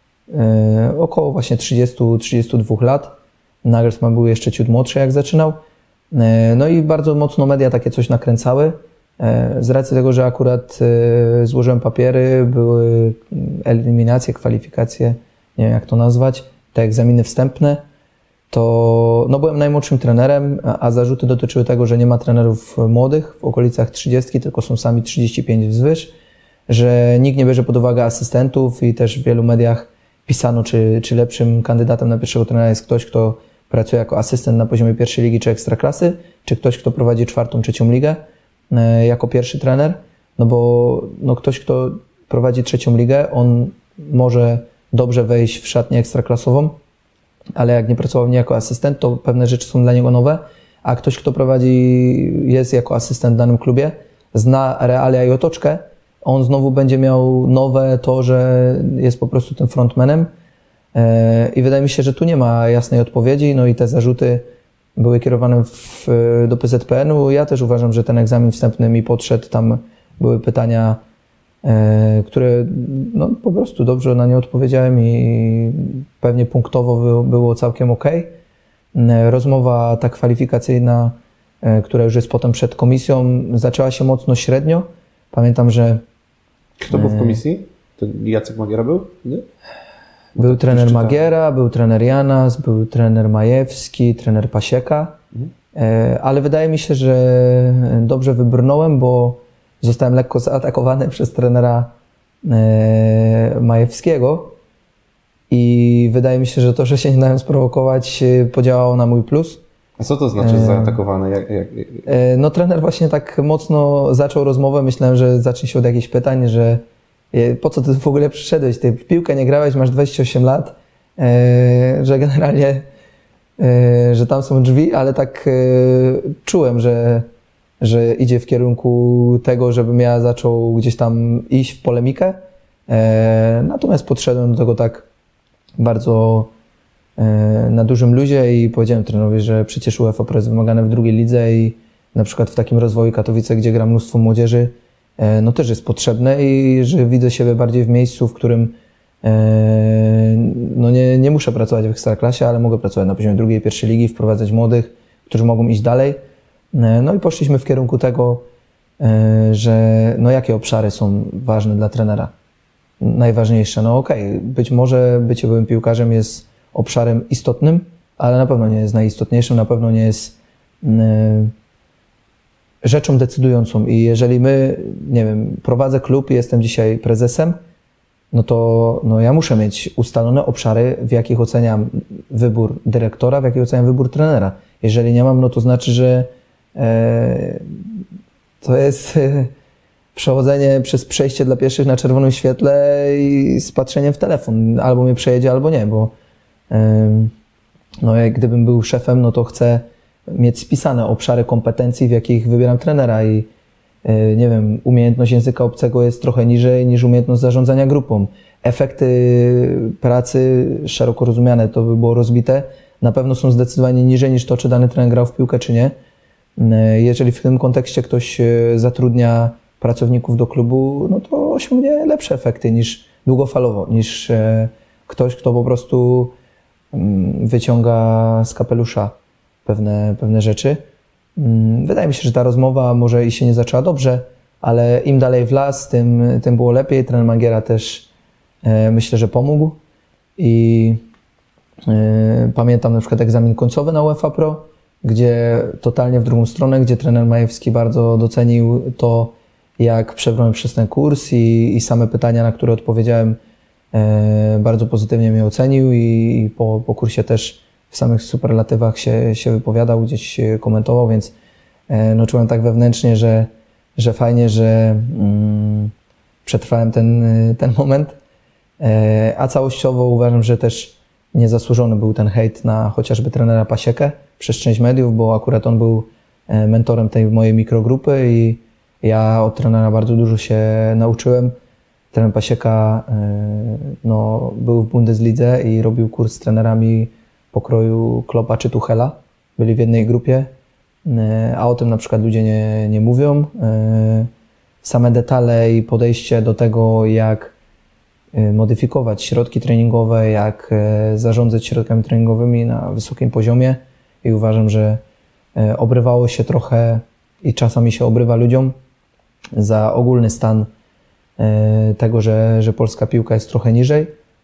około właśnie trzydzieści trzydzieści dwa lat. Nagelsmann był jeszcze ciut młodszy, jak zaczynał. No i bardzo mocno media takie coś nakręcały. Z racji tego, że akurat złożyłem papiery, były eliminacje, kwalifikacje, nie wiem jak to nazwać, te egzaminy wstępne, to no byłem najmłodszym trenerem, a zarzuty dotyczyły tego, że nie ma trenerów młodych w okolicach trzydziestki, tylko są sami trzydzieści pięć wzwyż, że nikt nie bierze pod uwagę asystentów i też w wielu mediach pisano, czy, czy lepszym kandydatem na pierwszego trenera jest ktoś, kto pracuje jako asystent na poziomie pierwszej ligi czy ekstraklasy, czy ktoś, kto prowadzi czwartą, trzecią ligę jako pierwszy trener, no bo no ktoś, kto prowadzi trzecią ligę, on może dobrze wejść w szatnię ekstraklasową, ale jak nie pracował w niej jako asystent, to pewne rzeczy są dla niego nowe, a ktoś, kto prowadzi, jest jako asystent w danym klubie, zna realia i otoczkę, on znowu będzie miał nowe to, że jest po prostu tym frontmanem i wydaje mi się, że tu nie ma jasnej odpowiedzi, no i te zarzuty były kierowane w, do P Z P N-u. Ja też uważam, że ten egzamin wstępny mi podszedł, tam były pytania, które no, po prostu dobrze na nie odpowiedziałem i pewnie punktowo było całkiem ok. Rozmowa ta kwalifikacyjna, która już jest potem przed komisją, zaczęła się mocno średnio. Pamiętam, że... Kto był w komisji? To Jacek Magiera był? Nie? Był trener Magiera, był trener Janas, był trener Majewski, trener Pasieka, mhm. ale wydaje mi się, że dobrze wybrnąłem, bo zostałem lekko zaatakowany przez trenera Majewskiego i wydaje mi się, że to, że się nie dałem sprowokować, podziałało na mój plus. A co to znaczy zaatakowany? Jak, jak... No trener właśnie tak mocno zaczął rozmowę, myślałem, że zacznie się od jakichś pytań, że po co ty w ogóle przyszedłeś, ty w piłkę nie grałeś, masz dwadzieścia osiem lat, że generalnie, że tam są drzwi, ale tak czułem, że, że idzie w kierunku tego, żebym ja zaczął gdzieś tam iść w polemikę, natomiast podszedłem do tego tak bardzo na dużym luzie i powiedziałem trenerowi, że przecież UEFA Pro jest wymagane w drugiej lidze i na przykład w takim rozwoju Katowice, gdzie gra mnóstwo młodzieży, no też jest potrzebne i że widzę siebie bardziej w miejscu, w którym no nie, nie muszę pracować w Ekstraklasie, ale mogę pracować na poziomie drugiej, pierwszej ligi, wprowadzać młodych, którzy mogą iść dalej. No i poszliśmy w kierunku tego, że no jakie obszary są ważne dla trenera. Najważniejsze, no okej, okay, być może bycie byłym piłkarzem jest obszarem istotnym, ale na pewno nie jest najistotniejszym, na pewno nie jest rzeczą decydującą i jeżeli my, nie wiem, prowadzę klub i jestem dzisiaj prezesem, no to no ja muszę mieć ustalone obszary, w jakich oceniam wybór dyrektora, w jakich oceniam wybór trenera. Jeżeli nie mam, no to znaczy, że e, to jest e, przechodzenie przez przejście dla pieszych na czerwonym świetle i z patrzeniem w telefon. Albo mnie przejedzie, albo nie, bo e, no jak gdybym był szefem, no to chcę mieć spisane obszary kompetencji, w jakich wybieram trenera i nie wiem, umiejętność języka obcego jest trochę niżej niż umiejętność zarządzania grupą. Efekty pracy szeroko rozumiane, to by było rozbite, na pewno są zdecydowanie niżej niż to, czy dany trener grał w piłkę, czy nie. Jeżeli w tym kontekście ktoś zatrudnia pracowników do klubu, no to osiągnie lepsze efekty niż długofalowo, niż ktoś, kto po prostu wyciąga z kapelusza pewne, pewne rzeczy. Wydaje mi się, że ta rozmowa może i się nie zaczęła dobrze, ale im dalej w las, tym, tym było lepiej. Trener Mangiera też e, myślę, że pomógł i e, pamiętam na przykład egzamin końcowy na UEFA Pro, gdzie totalnie w drugą stronę, gdzie trener Majewski bardzo docenił to, jak przebrnąłem przez ten kurs i, i same pytania, na które odpowiedziałem, e, bardzo pozytywnie mnie ocenił i, i po, po kursie też w samych superlatywach się, się wypowiadał, gdzieś komentował, więc no, czułem tak wewnętrznie, że, że fajnie, że mm, przetrwałem ten, ten moment. E, a całościowo uważam, że też niezasłużony był ten hejt na chociażby trenera Pasiekę przez część mediów, bo akurat on był mentorem tej mojej mikrogrupy i ja od trenera bardzo dużo się nauczyłem. Trener Pasieka e, no, był w Bundeslidze i robił kurs z trenerami pokroju Kloppa czy Tuchela, byli w jednej grupie, a o tym na przykład ludzie nie, nie mówią. Same detale i podejście do tego, jak modyfikować środki treningowe, jak zarządzać środkami treningowymi na wysokim poziomie i uważam, że obrywało się trochę i czasami się obrywa ludziom za ogólny stan tego, że, że polska piłka jest trochę niżej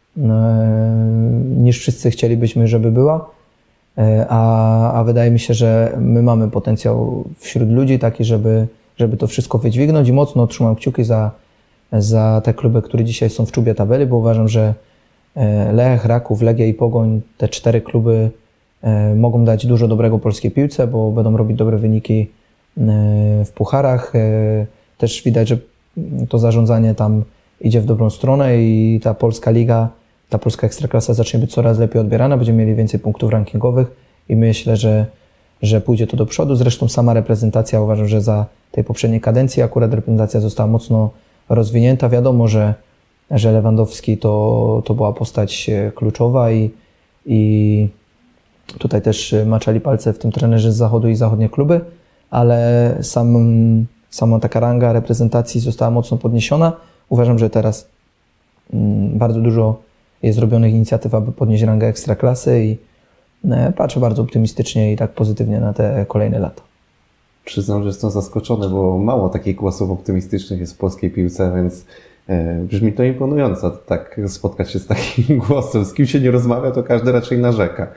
niż wszyscy chcielibyśmy, żeby była, a, a wydaje mi się, że my mamy potencjał wśród ludzi taki, żeby, żeby to wszystko wydźwignąć i mocno trzymam kciuki za, za te kluby, które dzisiaj są w czubie tabeli, bo uważam, że Lech, Raków, Legia i Pogoń, te cztery kluby mogą dać dużo dobrego polskiej piłce, bo będą robić dobre wyniki w pucharach. Też widać, że to zarządzanie tam idzie w dobrą stronę i ta polska liga, ta polska ekstraklasa zacznie być coraz lepiej odbierana, będziemy mieli więcej punktów rankingowych i myślę, że, że pójdzie to do przodu. Zresztą sama reprezentacja, uważam, że za tej poprzedniej kadencji akurat reprezentacja została mocno rozwinięta. Wiadomo, że, że Lewandowski to, to była postać kluczowa i, i tutaj też maczali palce w tym trenerzy z zachodu i zachodnie kluby, ale sam, sama taka ranga reprezentacji została mocno podniesiona. Uważam, że teraz bardzo dużo jest zrobionych inicjatyw, aby podnieść rangę ekstraklasy i patrzę bardzo optymistycznie i tak pozytywnie na te kolejne lata. Przyznam, że jestem zaskoczony, bo mało takich głosów optymistycznych jest w polskiej piłce, więc brzmi to imponująco, tak spotkać się z takim głosem. Z kim się nie rozmawia, to każdy raczej narzeka.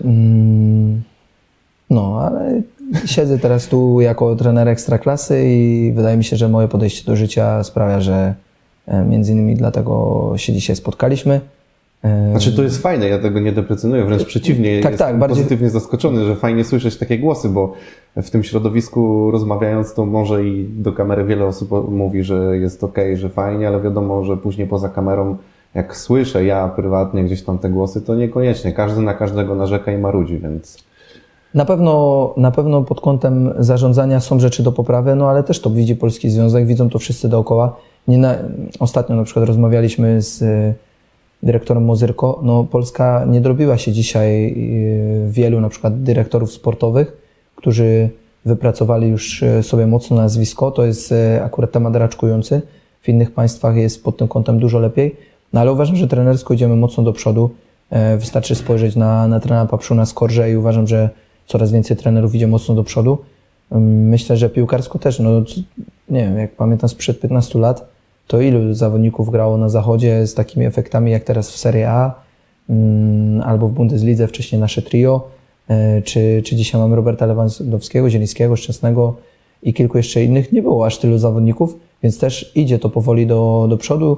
No, ale siedzę teraz tu jako trener ekstraklasy i wydaje mi się, że moje podejście do życia sprawia, że między innymi dlatego się dzisiaj spotkaliśmy. Znaczy to jest fajne, ja tego nie deprecjonuję, wręcz przeciwnie, tak, jestem tak, bardziej... pozytywnie zaskoczony, że fajnie słyszeć takie głosy, bo w tym środowisku rozmawiając, to może i do kamery wiele osób mówi, że jest okej, że fajnie, ale wiadomo, że później poza kamerą, jak słyszę ja prywatnie gdzieś tam te głosy, to niekoniecznie, każdy na każdego narzeka i marudzi, więc... Na pewno, na pewno pod kątem zarządzania są rzeczy do poprawy, no ale też to widzi Polski Związek, widzą to wszyscy dookoła. Nie na... Ostatnio na przykład rozmawialiśmy z dyrektorem Mozyrko, no Polska nie dorobiła się dzisiaj wielu na przykład dyrektorów sportowych, którzy wypracowali już sobie mocno nazwisko, to jest akurat temat raczkujący, w innych państwach jest pod tym kątem dużo lepiej, no ale uważam, że trenersko idziemy mocno do przodu, wystarczy spojrzeć na, na trenera Papszuna z Korże i uważam, że coraz więcej trenerów idzie mocno do przodu. Myślę, że piłkarsko też, no nie wiem, jak pamiętam sprzed piętnastu lat, to ilu zawodników grało na zachodzie z takimi efektami jak teraz w Serie A albo w Bundeslidze, wcześniej nasze trio, czy, czy dzisiaj mamy Roberta Lewandowskiego, Zielińskiego, Szczęsnego i kilku jeszcze innych. Nie było aż tylu zawodników, więc też idzie to powoli do, do przodu.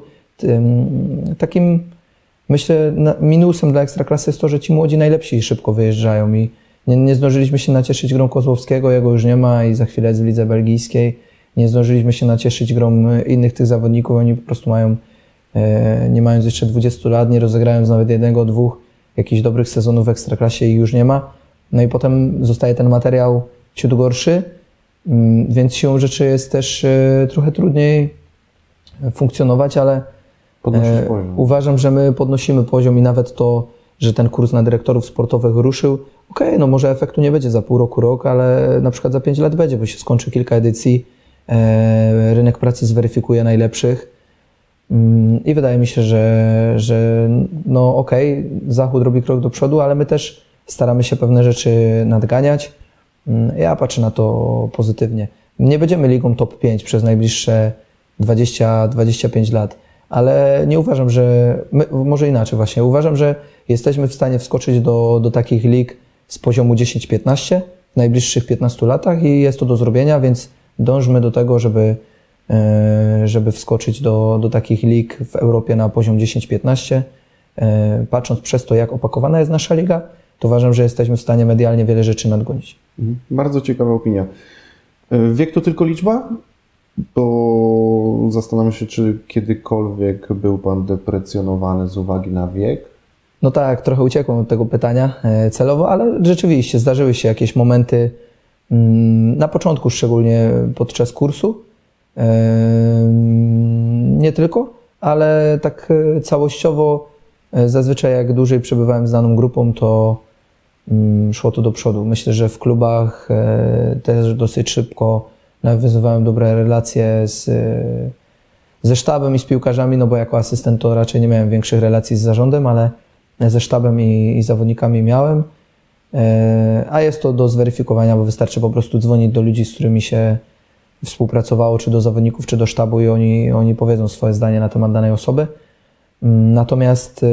Takim, myślę, minusem dla Ekstraklasy jest to, że ci młodzi najlepsi szybko wyjeżdżają i nie, nie zdążyliśmy się nacieszyć grą Kozłowskiego, jego już nie ma i za chwilę jest w lidze belgijskiej. Nie zdążyliśmy się nacieszyć grą innych tych zawodników, oni po prostu mają, nie mając jeszcze dwudziestu lat, nie rozegrając nawet jednego, dwóch jakichś dobrych sezonów w Ekstraklasie i już nie ma. No i potem zostaje ten materiał ciut gorszy, więc siłą rzeczy jest też trochę trudniej funkcjonować, ale Podnosisz poziom. Uważam, że my podnosimy poziom i nawet to, że ten kurs na dyrektorów sportowych ruszył, okej, okay, no może efektu nie będzie za pół roku, rok, ale na przykład za pięć lat będzie, bo się skończy kilka edycji, rynek pracy zweryfikuje najlepszych i wydaje mi się, że, że no okej, okay, Zachód robi krok do przodu, ale my też staramy się pewne rzeczy nadganiać. Ja patrzę na to pozytywnie. Nie będziemy ligą top pięć przez najbliższe dwadzieścia do dwudziestu pięciu lat, ale nie uważam, że, my, może inaczej właśnie, uważam, że jesteśmy w stanie wskoczyć do, do takich lig z poziomu dziesięć piętnaście w najbliższych piętnastu latach i jest to do zrobienia, więc dążmy do tego, żeby, żeby wskoczyć do, do takich lig w Europie na poziom dziesięć piętnaście. Patrząc przez to, jak opakowana jest nasza liga, to uważam, że jesteśmy w stanie medialnie wiele rzeczy nadgonić. Bardzo ciekawa opinia. Wiek to tylko liczba? Bo zastanawiam się, czy kiedykolwiek był Pan deprecjonowany z uwagi na wiek? No tak, trochę uciekłem od tego pytania celowo, ale rzeczywiście zdarzyły się jakieś momenty, na początku szczególnie podczas kursu, nie tylko, ale tak całościowo zazwyczaj jak dłużej przebywałem z daną grupą, to szło to do przodu. Myślę, że w klubach też dosyć szybko nawiązywałem dobre relacje z, ze sztabem i z piłkarzami, no bo jako asystent to raczej nie miałem większych relacji z zarządem, ale ze sztabem i, i zawodnikami miałem. A jest to do zweryfikowania, bo wystarczy po prostu dzwonić do ludzi, z którymi się współpracowało, czy do zawodników, czy do sztabu i oni, oni powiedzą swoje zdanie na temat danej osoby. Natomiast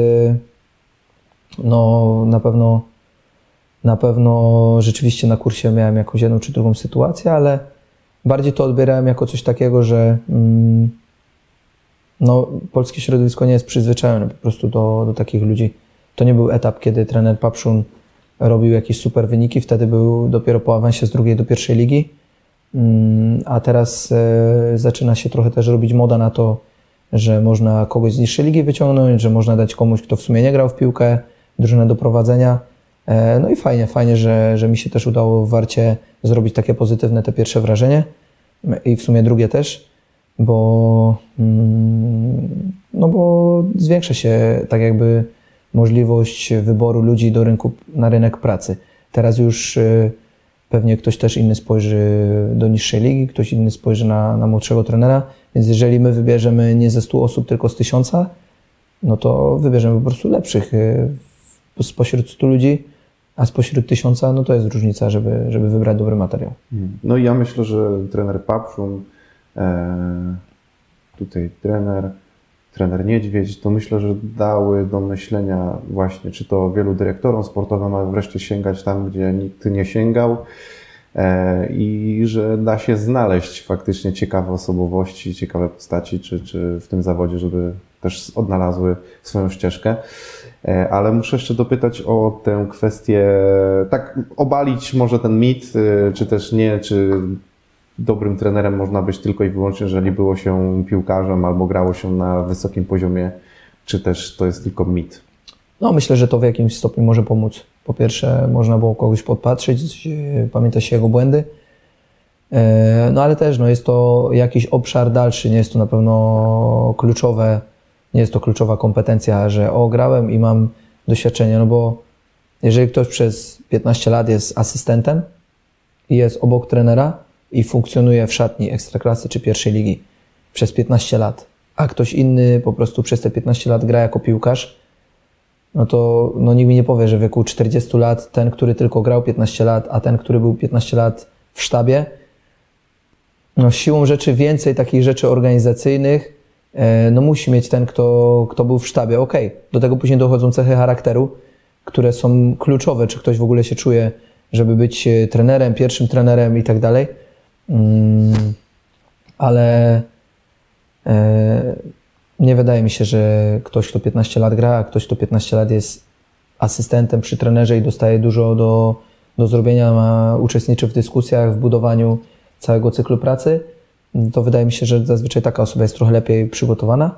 no, na pewno, na pewno rzeczywiście na kursie miałem jakąś jedną czy drugą sytuację, ale bardziej to odbierałem jako coś takiego, że mm, no, polskie środowisko nie jest przyzwyczajone po prostu do, do takich ludzi. To nie był etap, kiedy trener Papszun robił jakieś super wyniki, wtedy był dopiero po awansie z drugiej do pierwszej ligi, mm, a teraz e, zaczyna się trochę też robić moda na to, że można kogoś z niższej ligi wyciągnąć, że można dać komuś, kto w sumie nie grał w piłkę, drużynę do prowadzenia. E, no i fajnie, fajnie, że, że mi się też udało w Warcie zrobić takie pozytywne te pierwsze wrażenie i w sumie drugie też, bo, mm, no bo zwiększa się tak jakby możliwość wyboru ludzi do rynku, na rynek pracy. Teraz już y, pewnie ktoś też inny spojrzy do niższej ligi, ktoś inny spojrzy na, na młodszego trenera, więc jeżeli my wybierzemy nie ze stu osób, tylko z tysiąca, no to wybierzemy po prostu lepszych y, spośród stu ludzi, a spośród tysiąca, no to jest różnica, żeby, żeby wybrać dobry materiał. No i ja myślę, że trener Papszun, e, tutaj trener, trener Niedźwiedź, to myślę, że dały do myślenia właśnie, czy to wielu dyrektorom sportowym, ale wreszcie sięgać tam, gdzie nikt nie sięgał e, i że da się znaleźć faktycznie ciekawe osobowości, ciekawe postaci, czy, czy w tym zawodzie, żeby też odnalazły swoją ścieżkę. Ale muszę jeszcze dopytać o tę kwestię, tak obalić może ten mit, czy też nie, czy dobrym trenerem można być tylko i wyłącznie, jeżeli było się piłkarzem albo grało się na wysokim poziomie, czy też to jest tylko mit? No myślę, że to w jakimś stopniu może pomóc. Po pierwsze, można było kogoś podpatrzeć, pamiętać się jego błędy, no ale też no, jest to jakiś obszar dalszy, nie jest to na pewno kluczowe, nie jest to kluczowa kompetencja, że o, grałem i mam doświadczenie, no bo jeżeli ktoś przez piętnaście lat jest asystentem i jest obok trenera i funkcjonuje w szatni ekstraklasy czy pierwszej ligi przez piętnaście lat, a ktoś inny po prostu przez te piętnaście lat gra jako piłkarz, no to no, nikt mi nie powie, że w wieku czterdziestu lat ten, który tylko grał piętnaście lat, a ten, który był piętnaście lat w sztabie, no siłą rzeczy więcej takich rzeczy organizacyjnych no musi mieć ten, kto, kto był w sztabie. Okej, okay. Do tego później dochodzą cechy charakteru, które są kluczowe, czy ktoś w ogóle się czuje, żeby być trenerem, pierwszym trenerem i tak dalej. Ale nie wydaje mi się, że ktoś, kto piętnaście lat gra, a ktoś, kto piętnaście lat jest asystentem przy trenerze i dostaje dużo do, do zrobienia, ma, uczestniczy w dyskusjach, w budowaniu całego cyklu pracy, to wydaje mi się, że zazwyczaj taka osoba jest trochę lepiej przygotowana.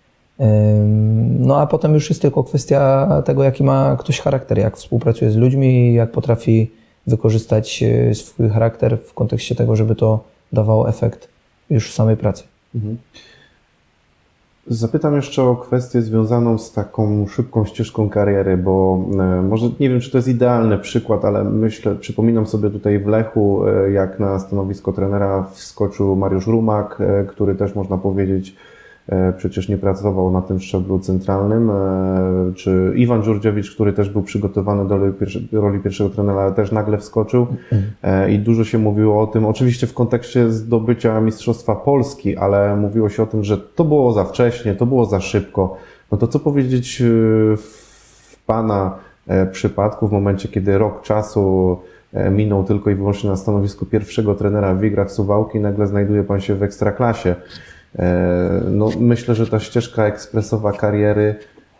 No a potem już jest tylko kwestia tego, jaki ma ktoś charakter, jak współpracuje z ludźmi, jak potrafi wykorzystać swój charakter w kontekście tego, żeby to dawało efekt już w samej pracy. Mhm. Zapytam jeszcze o kwestię związaną z taką szybką ścieżką kariery, bo może nie wiem, czy to jest idealny przykład, ale myślę, przypominam sobie tutaj w Lechu, jak na stanowisko trenera wskoczył Mariusz Rumak, który też można powiedzieć przecież nie pracował na tym szczeblu centralnym, czy Iwan Dziurdziewicz, który też był przygotowany do roli pierwszego trenera, ale też nagle wskoczył i dużo się mówiło o tym, oczywiście w kontekście zdobycia Mistrzostwa Polski, ale mówiło się o tym, że to było za wcześnie, to było za szybko. No to co powiedzieć w Pana przypadku, w momencie, kiedy rok czasu minął tylko i wyłącznie na stanowisku pierwszego trenera w Wigrach Suwałki, nagle znajduje Pan się w Ekstraklasie. No, myślę, że ta ścieżka ekspresowa kariery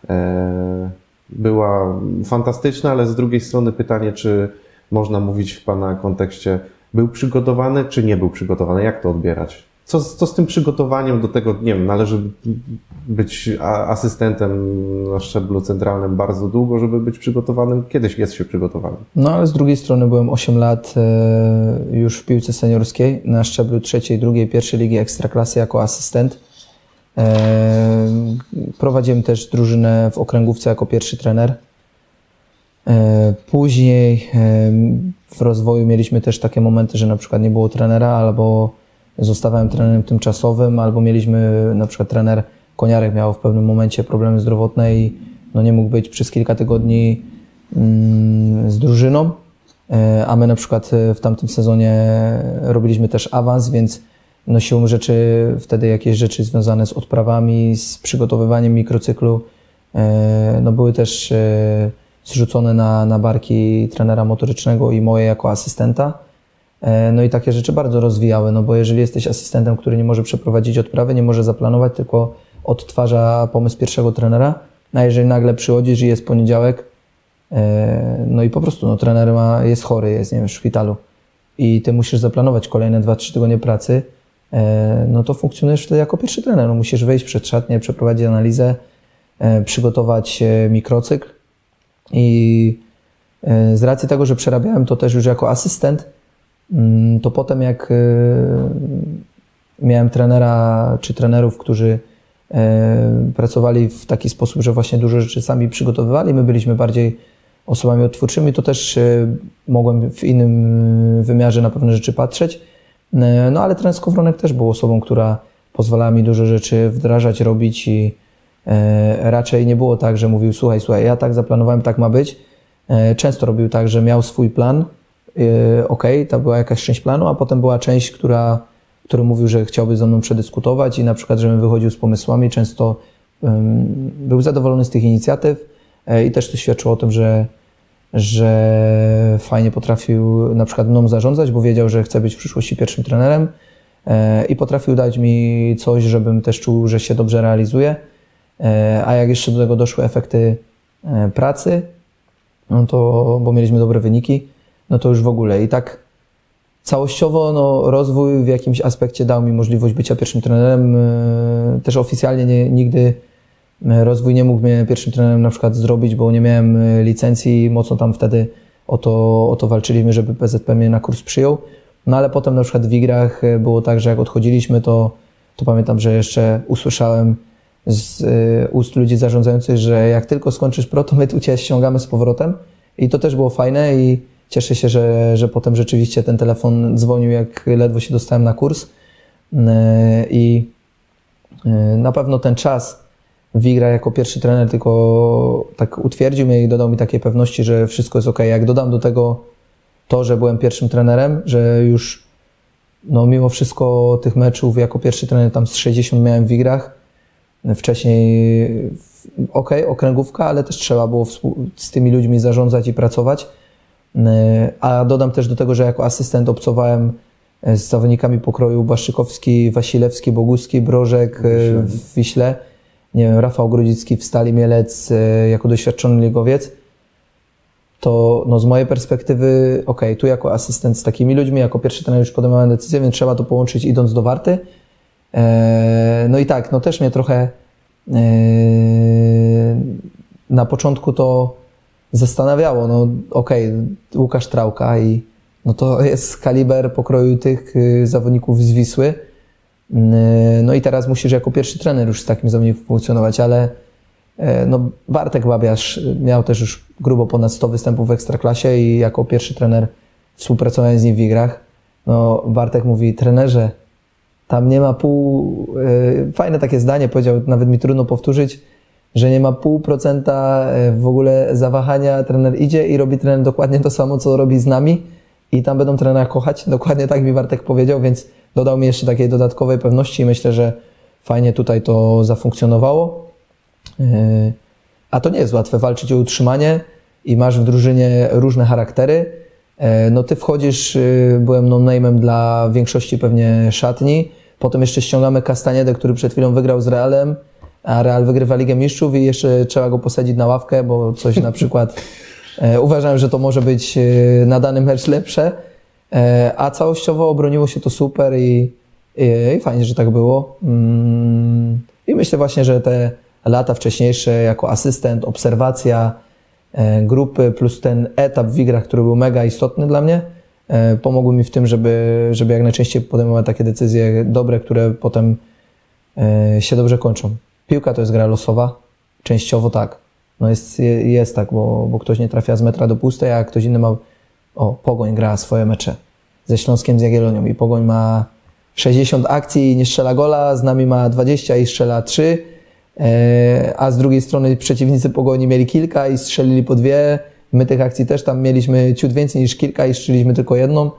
była fantastyczna, ale z drugiej strony pytanie, czy można mówić w Pana kontekście, był przygotowany, czy nie był przygotowany? Jak to odbierać? Co, co z tym przygotowaniem do tego, nie wiem, należy być asystentem na szczeblu centralnym bardzo długo, żeby być przygotowanym? Kiedyś jest się przygotowany. No ale z drugiej strony byłem osiem lat już w piłce seniorskiej na szczeblu trzeciej, drugiej, pierwszej ligi ekstraklasy jako asystent. Prowadziłem też drużynę w okręgówce jako pierwszy trener. Później w rozwoju mieliśmy też takie momenty, że na przykład nie było trenera albo zostawałem trenerem tymczasowym, albo mieliśmy, na przykład trener Koniarek miał w pewnym momencie problemy zdrowotne i no nie mógł być przez kilka tygodni mm, z drużyną, a my na przykład w tamtym sezonie robiliśmy też awans, więc no siłą rzeczy wtedy jakieś rzeczy związane z odprawami, z przygotowywaniem mikrocyklu no były też zrzucone na, na barki trenera motorycznego i moje jako asystenta. No i takie rzeczy bardzo rozwijały, no bo jeżeli jesteś asystentem, który nie może przeprowadzić odprawy, nie może zaplanować, tylko odtwarza pomysł pierwszego trenera, a jeżeli nagle przychodzisz i jest poniedziałek, no i po prostu no, trener ma, jest chory, jest nie wiem, w szpitalu i ty musisz zaplanować kolejne dwa trzy tygodnie pracy, no to funkcjonujesz wtedy jako pierwszy trener. No, musisz wejść przed szatnię, przeprowadzić analizę, przygotować mikrocykl i z racji tego, że przerabiałem to też już jako asystent, to potem jak miałem trenera czy trenerów, którzy pracowali w taki sposób, że właśnie dużo rzeczy sami przygotowywali, my byliśmy bardziej osobami odtwórczymi, to też mogłem w innym wymiarze na pewne rzeczy patrzeć. No ale trener Skowronek też był osobą, która pozwalała mi dużo rzeczy wdrażać, robić i raczej nie było tak, że mówił słuchaj, słuchaj, ja tak zaplanowałem, tak ma być. Często robił tak, że miał swój plan, ok, to była jakaś część planu, a potem była część, która, który mówił, że chciałby ze mną przedyskutować i na przykład, żebym wychodził z pomysłami. Często um, był zadowolony z tych inicjatyw e, i też to świadczyło o tym, że, że fajnie potrafił na przykład mną zarządzać, bo wiedział, że chce być w przyszłości pierwszym trenerem e, i potrafił dać mi coś, żebym też czuł, że się dobrze realizuje. a jak jeszcze do tego doszły efekty pracy, no to, bo mieliśmy dobre wyniki, no to już w ogóle. I tak całościowo no, rozwój w jakimś aspekcie dał mi możliwość bycia pierwszym trenerem. Też oficjalnie nie, nigdy rozwój nie mógł mnie pierwszym trenerem na przykład zrobić, bo nie miałem licencji, mocno tam wtedy o to, o to walczyliśmy, żeby P Z P mnie na kurs przyjął. No ale potem na przykład w Wigrach było tak, że jak odchodziliśmy, to, to pamiętam, że jeszcze usłyszałem z ust ludzi zarządzających, że jak tylko skończysz pro, to my tu Cię ściągamy z powrotem. I to też było fajne i cieszę się, że, że potem rzeczywiście ten telefon dzwonił, jak ledwo się dostałem na kurs. I na pewno ten czas w Wigrach jako pierwszy trener tylko tak utwierdził mnie i dodał mi takiej pewności, że wszystko jest ok. Jak dodam do tego to, że byłem pierwszym trenerem, że już no mimo wszystko tych meczów jako pierwszy trener tam z sześćdziesiąt miałem w Wigrach. Wcześniej ok, okręgówka, ale też trzeba było z tymi ludźmi zarządzać i pracować. A dodam też do tego, że jako asystent obcowałem z zawodnikami pokroju Błaszczykowski, Wasilewski, Boguski, Brożek w Wiśle, nie wiem, Rafał Grodzicki w Stali Mielec jako doświadczony ligowiec. To no z mojej perspektywy, ok, tu jako asystent z takimi ludźmi, jako pierwszy trener już podejmowałem decyzję, więc trzeba to połączyć idąc do Warty. No i tak, no też mnie trochę na początku to zastanawiało, no okej, okay, Łukasz Trałka i no to jest kaliber pokroju tych zawodników z Wisły. No i teraz musisz jako pierwszy trener już z takim zawodnikiem funkcjonować, ale no Bartek Babiarz miał też już grubo ponad sto występów w Ekstraklasie i jako pierwszy trener współpracowałem z nim w Wigrach. No Bartek mówi, trenerze, tam nie ma pół, fajne takie zdanie powiedział, nawet mi trudno powtórzyć, że nie ma pół procenta w ogóle zawahania, trener idzie i robi trener dokładnie to samo, co robi z nami i tam będą trenera kochać. Dokładnie tak mi Bartek powiedział, więc dodał mi jeszcze takiej dodatkowej pewności i myślę, że fajnie tutaj to zafunkcjonowało. A to nie jest łatwe, walczyć o utrzymanie i masz w drużynie różne charaktery. No ty wchodzisz, byłem no-name'em dla większości pewnie szatni, potem jeszcze ściągamy Castaniedę, który przed chwilą wygrał z Realem, a Real wygrywa Ligę Mistrzów i jeszcze trzeba go posadzić na ławkę, bo coś na przykład e, uważałem, że to może być e, na dany mecz lepsze, e, a całościowo obroniło się to super i, i, i fajnie, że tak było. Mm, I myślę właśnie, że te lata wcześniejsze jako asystent, obserwacja e, grupy plus ten etap w Wigrach, który był mega istotny dla mnie, e, pomogły mi w tym, żeby, żeby jak najczęściej podejmować takie decyzje dobre, które potem e, się dobrze kończą. Piłka to jest gra losowa, częściowo tak. No jest, jest tak, bo, bo ktoś nie trafia z metra do pustej, a ktoś inny ma... O, Pogoń gra swoje mecze ze Śląskiem, z Jagiellonią i Pogoń ma sześćdziesiąt akcji i nie strzela gola, z nami ma dwadzieścia i strzela trzy, a z drugiej strony przeciwnicy Pogoni mieli kilka i strzelili po dwie. My tych akcji też tam mieliśmy ciut więcej niż kilka i strzeliliśmy tylko jedną.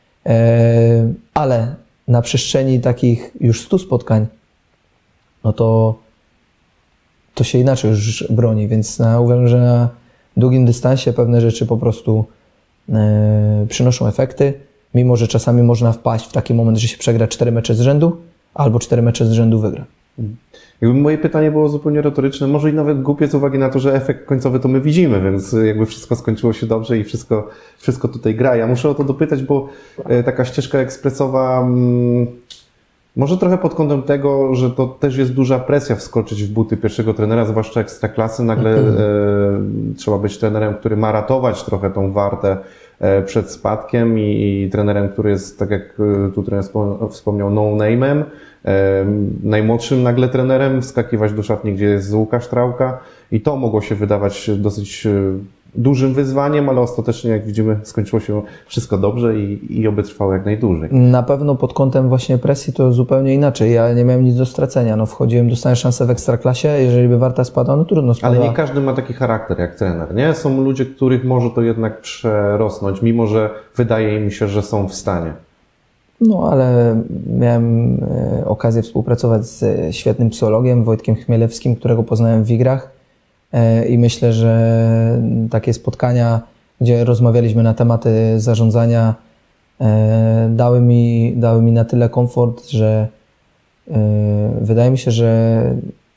Ale na przestrzeni takich już stu spotkań, no to to się inaczej już broni, więc na, uważam, że na długim dystansie pewne rzeczy po prostu e, przynoszą efekty, mimo że czasami można wpaść w taki moment, że się przegra cztery mecze z rzędu, albo cztery mecze z rzędu wygra. Jakby moje pytanie było zupełnie retoryczne, może i nawet głupie z uwagi na to, że efekt końcowy to my widzimy, więc jakby wszystko skończyło się dobrze i wszystko, wszystko tutaj gra. Ja muszę o to dopytać, bo e, taka ścieżka ekspresowa... Mm, może trochę pod kątem tego, że to też jest duża presja wskoczyć w buty pierwszego trenera, zwłaszcza ekstraklasy. Nagle e, trzeba być trenerem, który ma ratować trochę tą Wartę e, przed spadkiem i, i trenerem, który jest, tak jak tu trener wspomniał, no-name'em, e, najmłodszym nagle trenerem, wskakiwać do szatni, gdzie jest Łukasz Trałka i to mogło się wydawać dosyć dużym wyzwaniem, ale ostatecznie, jak widzimy, skończyło się wszystko dobrze i, i oby trwało jak najdłużej. Na pewno pod kątem właśnie presji to zupełnie inaczej. Ja nie miałem nic do stracenia. No, wchodziłem, dostałem szansę w Ekstraklasie, jeżeli by Warta spadła, no trudno spadła. Ale nie każdy ma taki charakter jak trener, nie? Są ludzie, których może to jednak przerosnąć, mimo że wydaje mi się, że są w stanie. No, ale miałem okazję współpracować z świetnym psychologiem, Wojtkiem Chmielewskim, którego poznałem w Wigrach. I myślę, że takie spotkania, gdzie rozmawialiśmy na tematy zarządzania, dały mi, dały mi na tyle komfort, że wydaje mi się, że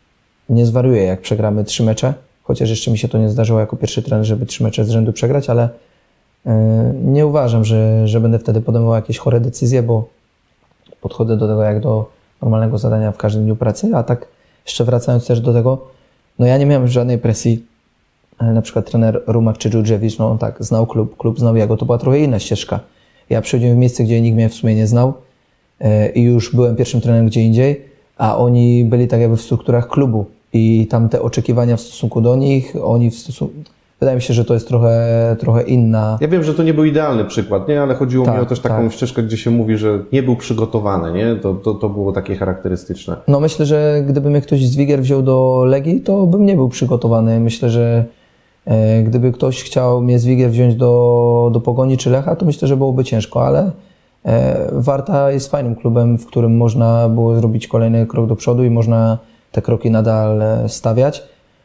nie zwariuję, jak przegramy trzy mecze, chociaż jeszcze mi się to nie zdarzyło jako pierwszy trener, żeby trzy mecze z rzędu przegrać, ale nie uważam, że, że będę wtedy podejmował jakieś chore decyzje, bo podchodzę do tego jak do normalnego zadania w każdym dniu pracy, a tak jeszcze wracając też do tego, no ja nie miałem żadnej presji. Na przykład trener Rumak czy Dżudżewicz, no on tak znał klub, klub znał jego, to była trochę inna ścieżka. Ja przychodziłem w miejsce, gdzie nikt mnie w sumie nie znał i już byłem pierwszym trenerem gdzie indziej, a oni byli tak jakby w strukturach klubu i tam te oczekiwania w stosunku do nich, oni w stosunku... Wydaje mi się, że to jest trochę, trochę inna... Ja wiem, że to nie był idealny przykład, nie? Ale chodziło tak, mi o też taką tak. ścieżkę, gdzie się mówi, że nie był przygotowany, nie? To, to, to było takie charakterystyczne. No myślę, że gdyby mnie ktoś z Wigier wziął do Legii, to bym nie był przygotowany. Myślę, że e, gdyby ktoś chciał mnie z Wigier wziąć do, do Pogoni czy Lecha, to myślę, że byłoby ciężko, ale e, Warta jest fajnym klubem, w którym można było zrobić kolejny krok do przodu i można te kroki nadal stawiać.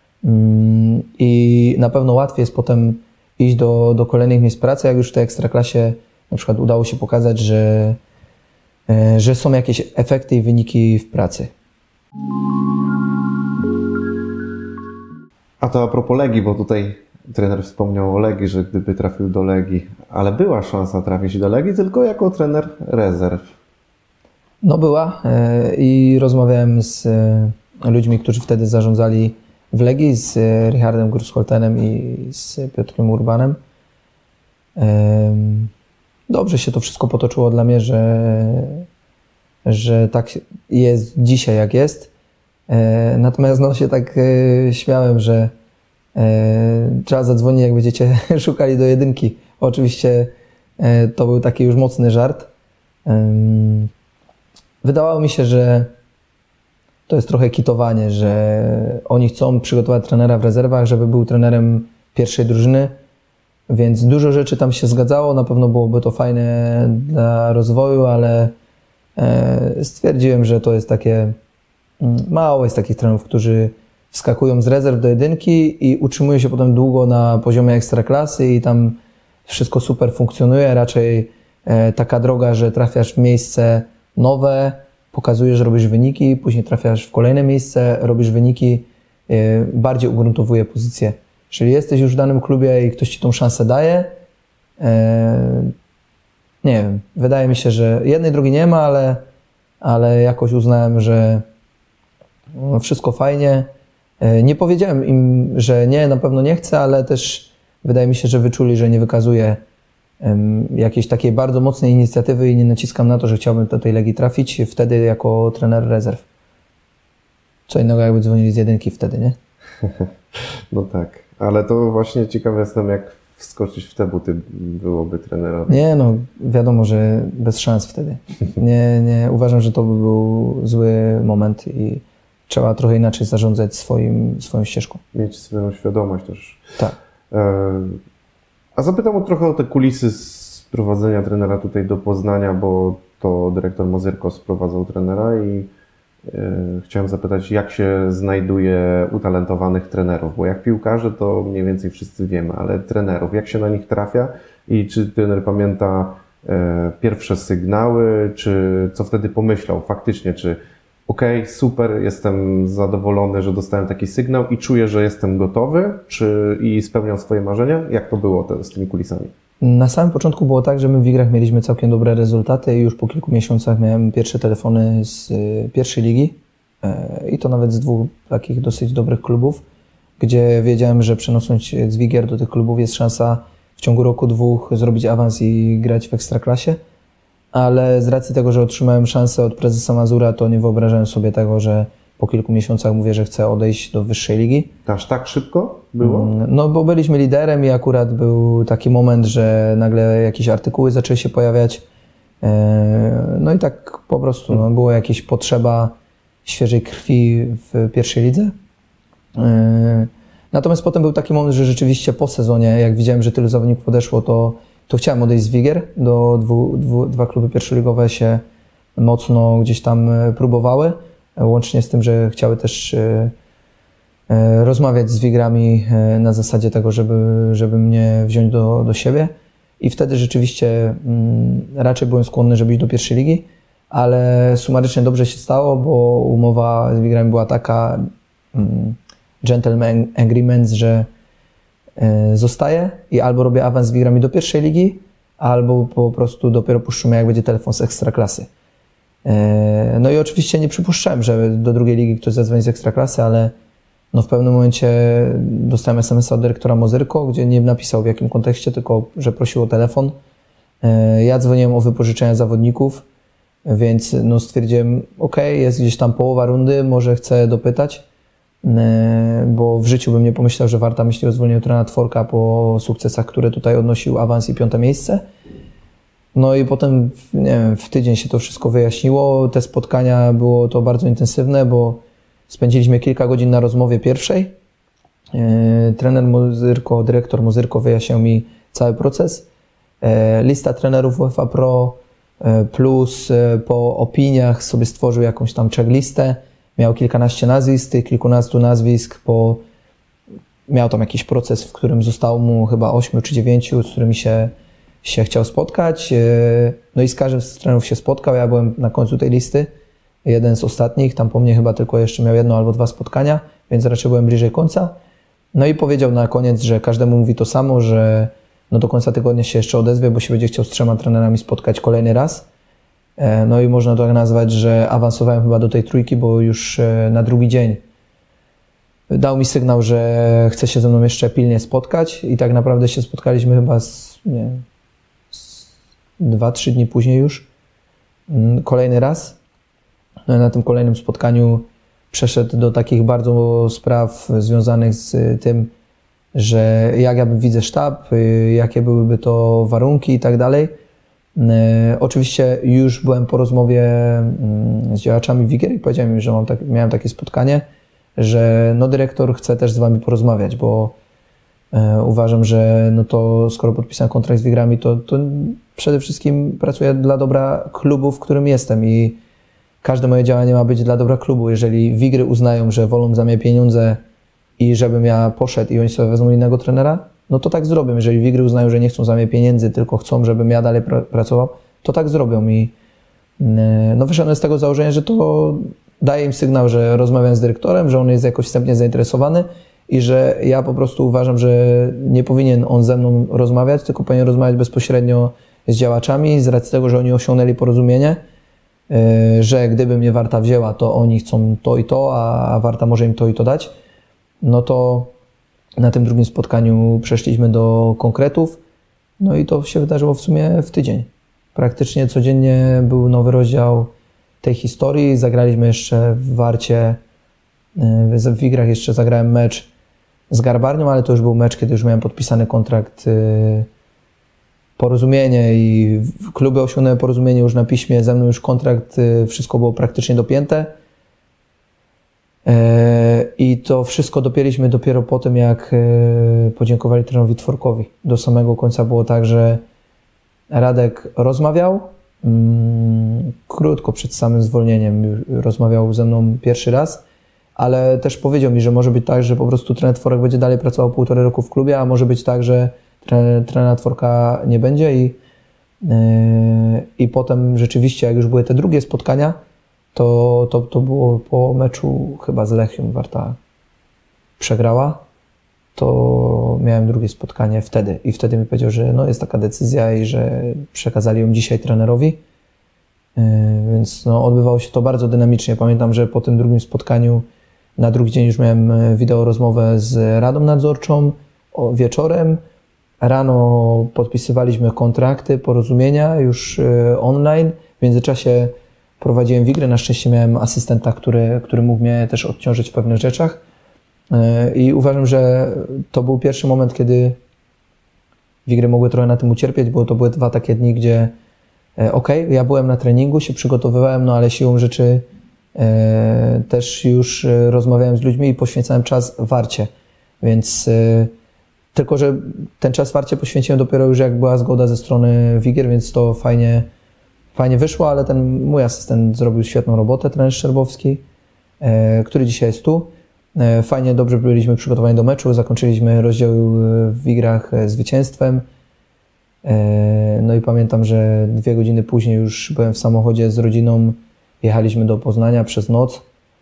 I na pewno łatwiej jest potem iść do, do kolejnych miejsc pracy, jak już w tej Ekstraklasie na przykład udało się pokazać, że, że są jakieś efekty i wyniki w pracy. A to a propos Legii, bo tutaj trener wspomniał o Legii, że gdyby trafił do Legii, ale była szansa trafić do Legii tylko jako trener rezerw. No była i rozmawiałem z ludźmi, którzy wtedy zarządzali w Legii, z Richardem Grusholtenem i z Piotrem Urbanem. Dobrze się to wszystko potoczyło dla mnie, że, że tak jest dzisiaj, jak jest. Natomiast no się tak śmiałem, że trzeba zadzwonić, jak będziecie szukali do jedynki. Oczywiście to był taki już mocny żart. Wydawało mi się, że to jest trochę kitowanie, że oni chcą przygotować trenera w rezerwach, żeby był trenerem pierwszej drużyny, więc dużo rzeczy tam się zgadzało, na pewno byłoby to fajne dla rozwoju, ale stwierdziłem, że to jest takie, mało jest takich trenerów, którzy wskakują z rezerw do jedynki i utrzymują się potem długo na poziomie ekstraklasy i tam wszystko super funkcjonuje, raczej taka droga, że trafiasz w miejsce nowe, pokazujesz, że robisz wyniki, później trafiasz w kolejne miejsce, robisz wyniki, bardziej ugruntowuje pozycję. Czyli jesteś już w danym klubie i ktoś ci tą szansę daje. Nie wiem, wydaje mi się, że jednej drogi nie ma, ale, ale jakoś uznałem, że wszystko fajnie. Nie powiedziałem im, że nie, na pewno nie chcę, ale też wydaje mi się, że wyczuli, że nie wykazuję jakiejś takiej bardzo mocnej inicjatywy i nie naciskam na to, że chciałbym do tej Legii trafić wtedy jako trener rezerw. Co innego jakby dzwonili z jedynki wtedy, nie? No tak, ale to właśnie ciekawe jestem, jak wskoczyć w te buty byłoby trenerowi. Nie, no wiadomo, że bez szans wtedy. Nie, nie, uważam, że to by był zły moment i trzeba trochę inaczej zarządzać swoim, swoją ścieżką. Mieć swoją świadomość też. Tak. A zapytam trochę o te kulisy sprowadzenia trenera tutaj do Poznania, bo to dyrektor Mozyrko sprowadzał trenera i chciałem zapytać, jak się znajduje utalentowanych trenerów, bo jak piłkarze to mniej więcej wszyscy wiemy, ale trenerów, jak się na nich trafia i czy trener pamięta pierwsze sygnały, czy co wtedy pomyślał faktycznie, czy okej, okay, super, jestem zadowolony, że dostałem taki sygnał i czuję, że jestem gotowy, czy i spełniam swoje marzenia? Jak to było te, z tymi kulisami? Na samym początku było tak, że my w Wigrach mieliśmy całkiem dobre rezultaty i już po kilku miesiącach miałem pierwsze telefony z pierwszej ligi i to nawet z dwóch takich dosyć dobrych klubów, gdzie wiedziałem, że przenosząc się z Wigier do tych klubów jest szansa w ciągu roku, dwóch zrobić awans i grać w Ekstraklasie. Ale z racji tego, że otrzymałem szansę od prezesa Mazura, to nie wyobrażałem sobie tego, że po kilku miesiącach mówię, że chcę odejść do wyższej ligi. Aż tak szybko było? No bo byliśmy liderem i akurat był taki moment, że nagle jakieś artykuły zaczęły się pojawiać. No i tak po prostu no, była jakaś potrzeba świeżej krwi w pierwszej lidze. Natomiast potem był taki moment, że rzeczywiście po sezonie, jak widziałem, że tylu zawodników odeszło, to to chciałem odejść z Wigier, do dwu, dwu, dwa kluby pierwszoligowe się mocno gdzieś tam próbowały, łącznie z tym, że chciały też e, e, rozmawiać z Wigrami e, na zasadzie tego, żeby, żeby mnie wziąć do, do siebie i wtedy rzeczywiście m, raczej byłem skłonny, żeby iść do pierwszej ligi, ale sumarycznie dobrze się stało, bo umowa z Wigrami była taka, mm, gentleman agreement, że y, zostaję i albo robię awans z Wigrami do pierwszej ligi, albo po prostu dopiero puszczymy, jak będzie telefon z Ekstraklasy. Y, no i oczywiście nie przypuszczałem, że do drugiej ligi ktoś zadzwoni z Ekstraklasy, ale no w pewnym momencie dostałem es em es a od dyrektora Mozyrko, gdzie nie napisał w jakim kontekście, tylko że prosił o telefon. Ja dzwoniłem o wypożyczenia zawodników, więc no stwierdziłem, ok, jest gdzieś tam połowa rundy, może chcę dopytać, bo w życiu bym nie pomyślał, że Warta myśli o zwolnieniu trenera Tworka po sukcesach, które tutaj odnosił, awans i piąte miejsce. No i potem, nie wiem, w tydzień się to wszystko wyjaśniło. Te spotkania było to bardzo intensywne, bo spędziliśmy kilka godzin na rozmowie pierwszej. Trener Mozyrko, dyrektor Mozyrko wyjaśniał mi cały proces. Lista trenerów UEFA Pro plus po opiniach sobie stworzył jakąś tam checklistę. Miał kilkanaście nazwisk, z tych kilkunastu nazwisk po... miał tam jakiś proces, w którym zostało mu chyba ośmiu czy dziewięciu, z którymi się, się chciał spotkać. No i z każdym z trenerów się spotkał. Ja byłem na końcu tej listy. Jeden z ostatnich, tam po mnie chyba tylko jeszcze miał jedno albo dwa spotkania, więc raczej byłem bliżej końca. No i powiedział na koniec, że każdemu mówi to samo, że no do końca tygodnia się jeszcze odezwie, bo się będzie chciał z trzema trenerami spotkać kolejny raz. No i można to tak nazwać, że awansowałem chyba do tej trójki, bo już na drugi dzień dał mi sygnał, że chce się ze mną jeszcze pilnie spotkać i tak naprawdę się spotkaliśmy chyba z, nie, z dwa, trzy dni później już. Kolejny raz. No i na tym kolejnym spotkaniu przeszedł do takich bardzo spraw związanych z tym, że jak ja widzę sztab, jakie byłyby to warunki i tak dalej. Oczywiście już byłem po rozmowie z działaczami Wigier i powiedziałem im, że mam tak, miałem takie spotkanie, że no dyrektor chce też z wami porozmawiać, bo e, uważam, że no to skoro podpisałem kontrakt z Wigrami, to, to przede wszystkim pracuję dla dobra klubu, w którym jestem i każde moje działanie ma być dla dobra klubu. Jeżeli Wigry uznają, że wolą za mnie pieniądze i żebym ja poszedł i oni sobie wezmą innego trenera, no to tak zrobią. Jeżeli Wigry uznają, że nie chcą za mnie pieniędzy, tylko chcą, żebym ja dalej pr- pracował, to tak zrobią. I no wyszedłem z tego założenia, że to daje im sygnał, że rozmawiam z dyrektorem, że on jest jakoś wstępnie zainteresowany i że ja po prostu uważam, że nie powinien on ze mną rozmawiać, tylko powinien rozmawiać bezpośrednio z działaczami z racji tego, że oni osiągnęli porozumienie, że gdyby mnie Warta wzięła, to oni chcą to i to, a Warta może im to i to dać. No to na tym drugim spotkaniu przeszliśmy do konkretów, no i to się wydarzyło w sumie w tydzień. Praktycznie codziennie był nowy rozdział tej historii. Zagraliśmy jeszcze w Warcie, w Wigrach jeszcze zagrałem mecz z Garbarnią, ale to już był mecz, kiedy już miałem podpisany kontrakt, porozumienie i kluby osiągnęły porozumienie już na piśmie, ze mną już kontrakt, wszystko było praktycznie dopięte. I to wszystko dopięliśmy dopiero po tym, jak podziękowali trenerowi Tworkowi. Do samego końca było tak, że Radek rozmawiał, krótko przed samym zwolnieniem rozmawiał ze mną pierwszy raz, ale też powiedział mi, że może być tak, że po prostu trener Tworek będzie dalej pracował półtorej roku w klubie, a może być tak, że trener, trenera Tworka nie będzie i, yy, i potem rzeczywiście, jak już były te drugie spotkania, to, to, to było po meczu chyba z Lechią, Warta przegrała, to miałem drugie spotkanie wtedy i wtedy mi powiedział, że no jest taka decyzja i że przekazali ją dzisiaj trenerowi, yy, więc no odbywało się to bardzo dynamicznie. Pamiętam, że po tym drugim spotkaniu na drugi dzień już miałem wideo rozmowę z Radą Nadzorczą o, wieczorem. Rano podpisywaliśmy kontrakty, porozumienia już yy, online. W międzyczasie prowadziłem Wigry. Na szczęście miałem asystenta, który, który mógł mnie też odciążyć w pewnych rzeczach. I uważam, że to był pierwszy moment, kiedy Wigry mogły trochę na tym ucierpieć, bo to były dwa takie dni, gdzie okej, okay, ja byłem na treningu, się przygotowywałem, no ale siłą rzeczy e, też już rozmawiałem z ludźmi i poświęcałem czas Warcie. Więc e, tylko, że ten czas Warcie poświęciłem dopiero już jak była zgoda ze strony Wigier, więc to fajnie, fajnie wyszło, ale ten mój asystent zrobił świetną robotę, trener Szczerbowski, e, który dzisiaj jest tu. Fajnie, dobrze byliśmy przygotowani do meczu, zakończyliśmy rozdział w Wigrach zwycięstwem. No i pamiętam, że dwie godziny później już byłem w samochodzie z rodziną, jechaliśmy do Poznania przez noc.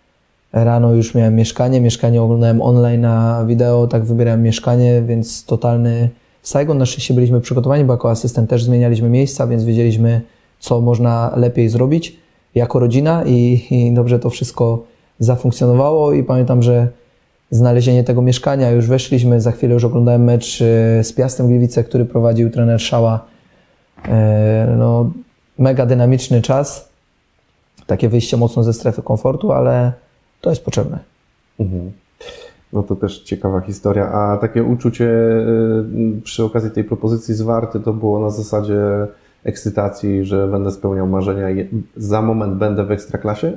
Rano już miałem mieszkanie, mieszkanie oglądałem online na wideo, tak wybierałem mieszkanie, więc totalny Saigon. Na szczęście byliśmy przygotowani, bo jako asystent też zmienialiśmy miejsca, więc wiedzieliśmy, co można lepiej zrobić jako rodzina i, i dobrze to wszystko zafunkcjonowało i pamiętam, że znalezienie tego mieszkania, już weszliśmy, za chwilę już oglądałem mecz z Piastem Gliwice, który prowadził trener Szała. No, mega dynamiczny czas, takie wyjście mocno ze strefy komfortu, ale to jest potrzebne. Mhm. No to też ciekawa historia. A takie uczucie przy okazji tej propozycji z Warty to było na zasadzie ekscytacji, że będę spełniał marzenia i za moment będę w Ekstraklasie?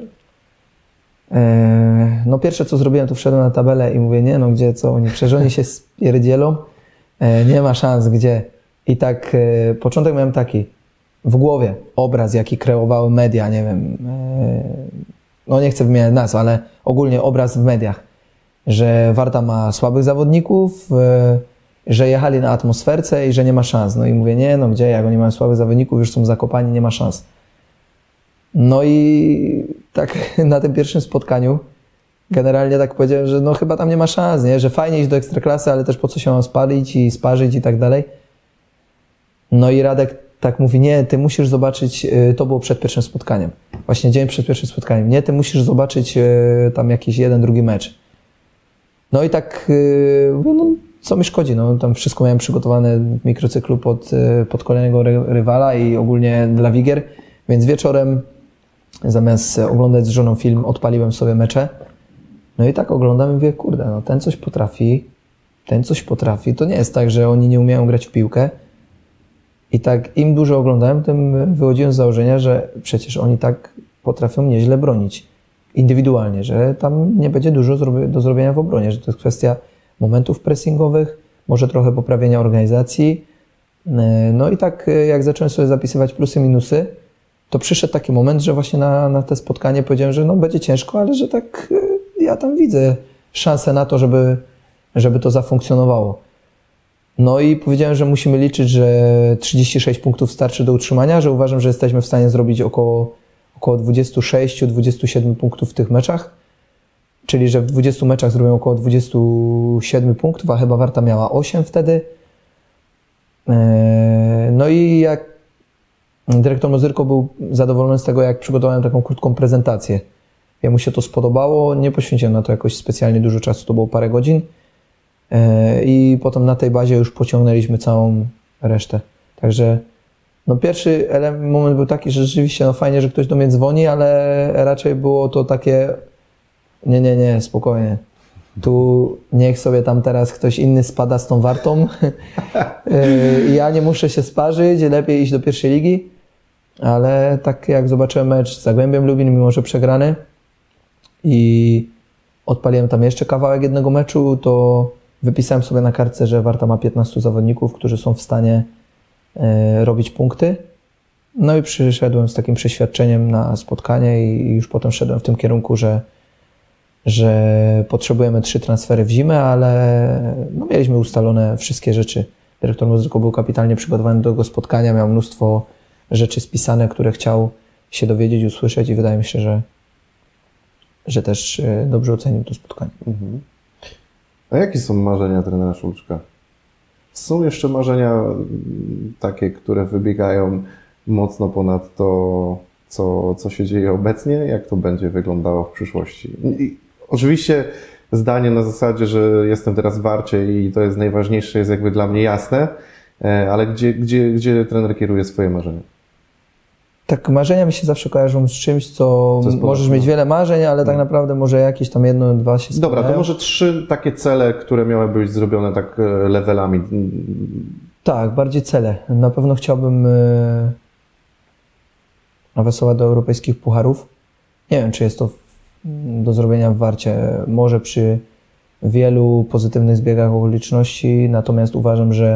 No pierwsze co zrobiłem, to wszedłem na tabelę i mówię, nie no gdzie, co oni, przecież oni się spierdzielą, nie ma szans, gdzie. I tak początek miałem taki w głowie, obraz jaki kreowały media, nie wiem, no nie chcę wymieniać nazw, ale ogólnie obraz w mediach, że Warta ma słabych zawodników, że jechali na atmosferce i że nie ma szans. No i mówię, nie no gdzie, jak oni mają słabych zawodników, już są zakopani, nie ma szans. No i tak na tym pierwszym spotkaniu generalnie tak powiedziałem, że no chyba tam nie ma szans, nie? Że fajnie iść do Ekstraklasy, ale też po co się mam spalić i sparzyć i tak dalej. No i Radek tak mówi, nie, ty musisz zobaczyć, to było przed pierwszym spotkaniem, właśnie dzień przed pierwszym spotkaniem, nie, ty musisz zobaczyć tam jakiś jeden, drugi mecz. No i tak, no co mi szkodzi, no tam wszystko miałem przygotowane w mikrocyklu pod, pod kolejnego rywala i ogólnie dla Wigier, więc wieczorem zamiast oglądać z żoną film, odpaliłem sobie mecze. No i tak oglądam i mówię, kurde, no ten coś potrafi, ten coś potrafi. To nie jest tak, że oni nie umieją grać w piłkę. I tak im dużo oglądałem, tym wychodziłem z założenia, że przecież oni tak potrafią nieźle bronić indywidualnie, że tam nie będzie dużo do zrobienia w obronie, że to jest kwestia momentów pressingowych, może trochę poprawienia organizacji. No i tak jak zacząłem sobie zapisywać plusy, minusy, to przyszedł taki moment, że właśnie na, na te spotkanie powiedziałem, że no będzie ciężko, ale że tak ja tam widzę szansę na to, żeby, żeby to zafunkcjonowało. No i powiedziałem, że musimy liczyć, że trzydzieści sześć punktów starczy do utrzymania, że uważam, że jesteśmy w stanie zrobić około, około dwadzieścia sześć do dwudziestu siedmiu punktów w tych meczach. Czyli, że w dwudziestu meczach zrobią około dwudziestu siedmiu punktów, a chyba Warta miała osiem wtedy. No i jak dyrektor Mozyrko był zadowolony z tego, jak przygotowałem taką krótką prezentację. Jemu się to spodobało, nie poświęciłem na to jakoś specjalnie dużo czasu, to było parę godzin. I potem na tej bazie już pociągnęliśmy całą resztę. Także no pierwszy moment był taki, że rzeczywiście no fajnie, że ktoś do mnie dzwoni, ale raczej było to takie nie, nie, nie, spokojnie. Tu niech sobie tam teraz ktoś inny spada z tą Wartą. Ja nie muszę się sparzyć, lepiej iść do pierwszej ligi. Ale tak jak zobaczyłem mecz z Zagłębiem Lubin, mimo że przegrany i odpaliłem tam jeszcze kawałek jednego meczu, to wypisałem sobie na kartce, że Warta ma piętnastu zawodników, którzy są w stanie robić punkty. No i przyszedłem z takim przeświadczeniem na spotkanie i już potem szedłem w tym kierunku, że że potrzebujemy trzy transfery w zimę, ale no, mieliśmy ustalone wszystkie rzeczy. Dyrektor Mozyrko był kapitalnie przygotowany do tego spotkania, miał mnóstwo rzeczy spisane, które chciał się dowiedzieć, usłyszeć i wydaje mi się, że, że też dobrze ocenił to spotkanie. Mhm. A jakie są marzenia trenera Szulczka? Są jeszcze marzenia takie, które wybiegają mocno ponad to, co, co się dzieje obecnie? Jak to będzie wyglądało w przyszłości? I oczywiście zdanie na zasadzie, że jestem teraz w Warcie i to jest najważniejsze, jest jakby dla mnie jasne, ale gdzie, gdzie, gdzie trener kieruje swoje marzenia? Tak, marzenia mi się zawsze kojarzą z czymś, co, co możesz mieć wiele marzeń, ale tak naprawdę może jakieś tam jedno, dwa się spełniają. Dobra, to może trzy takie cele, które miały być zrobione tak levelami. Tak, bardziej cele. Na pewno chciałbym awansować do europejskich pucharów. Nie wiem, czy jest to do zrobienia w Warcie. Może przy wielu pozytywnych zbiegach okoliczności, natomiast uważam, że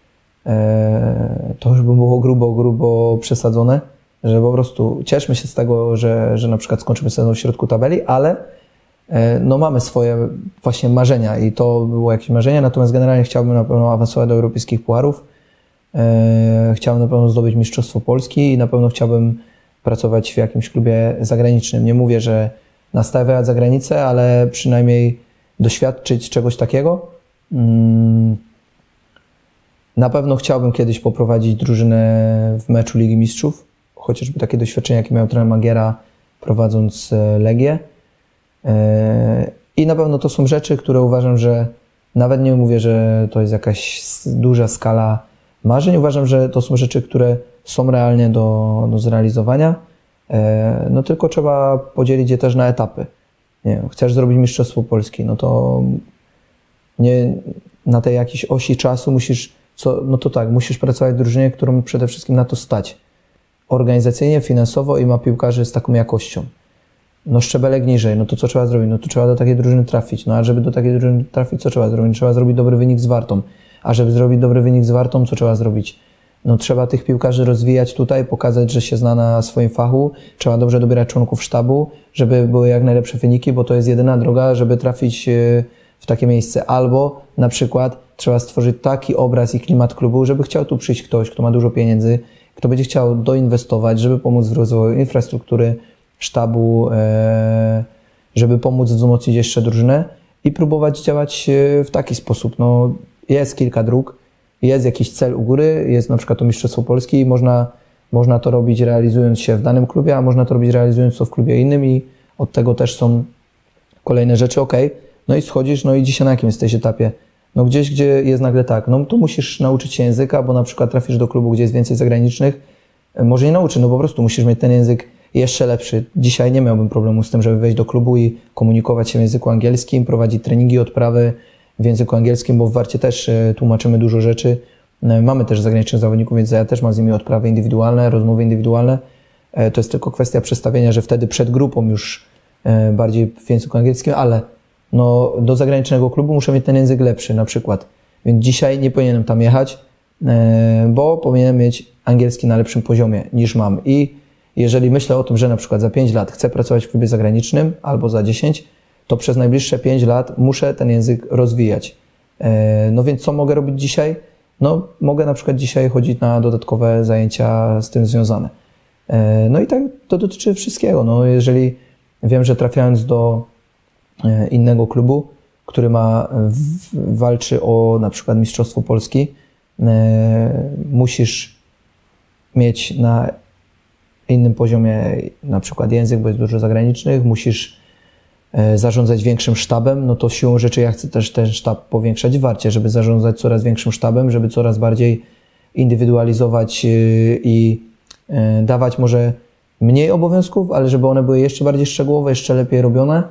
to już by było grubo, grubo przesadzone, że po prostu cieszmy się z tego, że, że na przykład skończymy sezon w środku tabeli, ale no mamy swoje właśnie marzenia i to było jakieś marzenie, natomiast generalnie chciałbym na pewno awansować do europejskich pucharów. Chciałbym na pewno zdobyć Mistrzostwo Polski i na pewno chciałbym pracować w jakimś klubie zagranicznym. Nie mówię, że nastawiać za granicę, ale przynajmniej doświadczyć czegoś takiego. Na pewno chciałbym kiedyś poprowadzić drużynę w meczu Ligi Mistrzów, chociażby takie doświadczenie, jakie miał trener Magiera prowadząc Legię. I na pewno to są rzeczy, które uważam, że nawet nie mówię, że to jest jakaś duża skala marzeń. Uważam, że to są rzeczy, które są realnie do, do zrealizowania. No tylko trzeba podzielić je też na etapy. Nie wiem, chcesz zrobić Mistrzostwo Polski, no to nie, na tej jakiejś osi czasu musisz, co, no to tak, musisz pracować w drużynie, którą przede wszystkim na to stać. Organizacyjnie, finansowo i ma piłkarzy z taką jakością. No szczebelek niżej, no to co trzeba zrobić? No to trzeba do takiej drużyny trafić. No a żeby do takiej drużyny trafić, co trzeba zrobić? Trzeba zrobić dobry wynik z Wartą. A żeby zrobić dobry wynik z Wartą, co trzeba zrobić? No trzeba tych piłkarzy rozwijać tutaj, pokazać, że się zna na swoim fachu. Trzeba dobrze dobierać członków sztabu, żeby były jak najlepsze wyniki, bo to jest jedyna droga, żeby trafić w takie miejsce. Albo na przykład trzeba stworzyć taki obraz i klimat klubu, żeby chciał tu przyjść ktoś, kto ma dużo pieniędzy, kto będzie chciał doinwestować, żeby pomóc w rozwoju infrastruktury, sztabu, żeby pomóc wzmocnić jeszcze drużynę i próbować działać w taki sposób. No, jest kilka dróg, jest jakiś cel u góry, jest na przykład to Mistrzostwo Polski i można, można to robić realizując się w danym klubie, a można to robić realizując to w klubie innym i od tego też są kolejne rzeczy. Ok, no i schodzisz, no i dzisiaj na jakim jesteś etapie? No gdzieś, gdzie jest nagle tak, no to musisz nauczyć się języka, bo na przykład trafisz do klubu, gdzie jest więcej zagranicznych, może nie nauczy, no po prostu musisz mieć ten język jeszcze lepszy. Dzisiaj nie miałbym problemu z tym, żeby wejść do klubu i komunikować się w języku angielskim, prowadzić treningi, odprawy w języku angielskim, bo w Warcie też tłumaczymy dużo rzeczy. Mamy też zagranicznych zawodników, więc ja też mam z nimi odprawy indywidualne, rozmowy indywidualne. To jest tylko kwestia przestawienia, że wtedy przed grupą już bardziej w języku angielskim, ale no, do zagranicznego klubu muszę mieć ten język lepszy na przykład. Więc dzisiaj nie powinienem tam jechać, bo powinienem mieć angielski na lepszym poziomie niż mam. I jeżeli myślę o tym, że na przykład za pięć lat chcę pracować w klubie zagranicznym albo za dziesięć, to przez najbliższe pięć lat muszę ten język rozwijać. No więc co mogę robić dzisiaj? No mogę na przykład dzisiaj chodzić na dodatkowe zajęcia z tym związane. No i tak to dotyczy wszystkiego. No jeżeli wiem, że trafiając do innego klubu, który ma, walczy o na przykład Mistrzostwo Polski, musisz mieć na innym poziomie na przykład język, bo jest dużo zagranicznych, musisz zarządzać większym sztabem, no to siłą rzeczy ja chcę też ten sztab powiększać w Warcie, żeby zarządzać coraz większym sztabem, żeby coraz bardziej indywidualizować i dawać może mniej obowiązków, ale żeby one były jeszcze bardziej szczegółowe, jeszcze lepiej robione.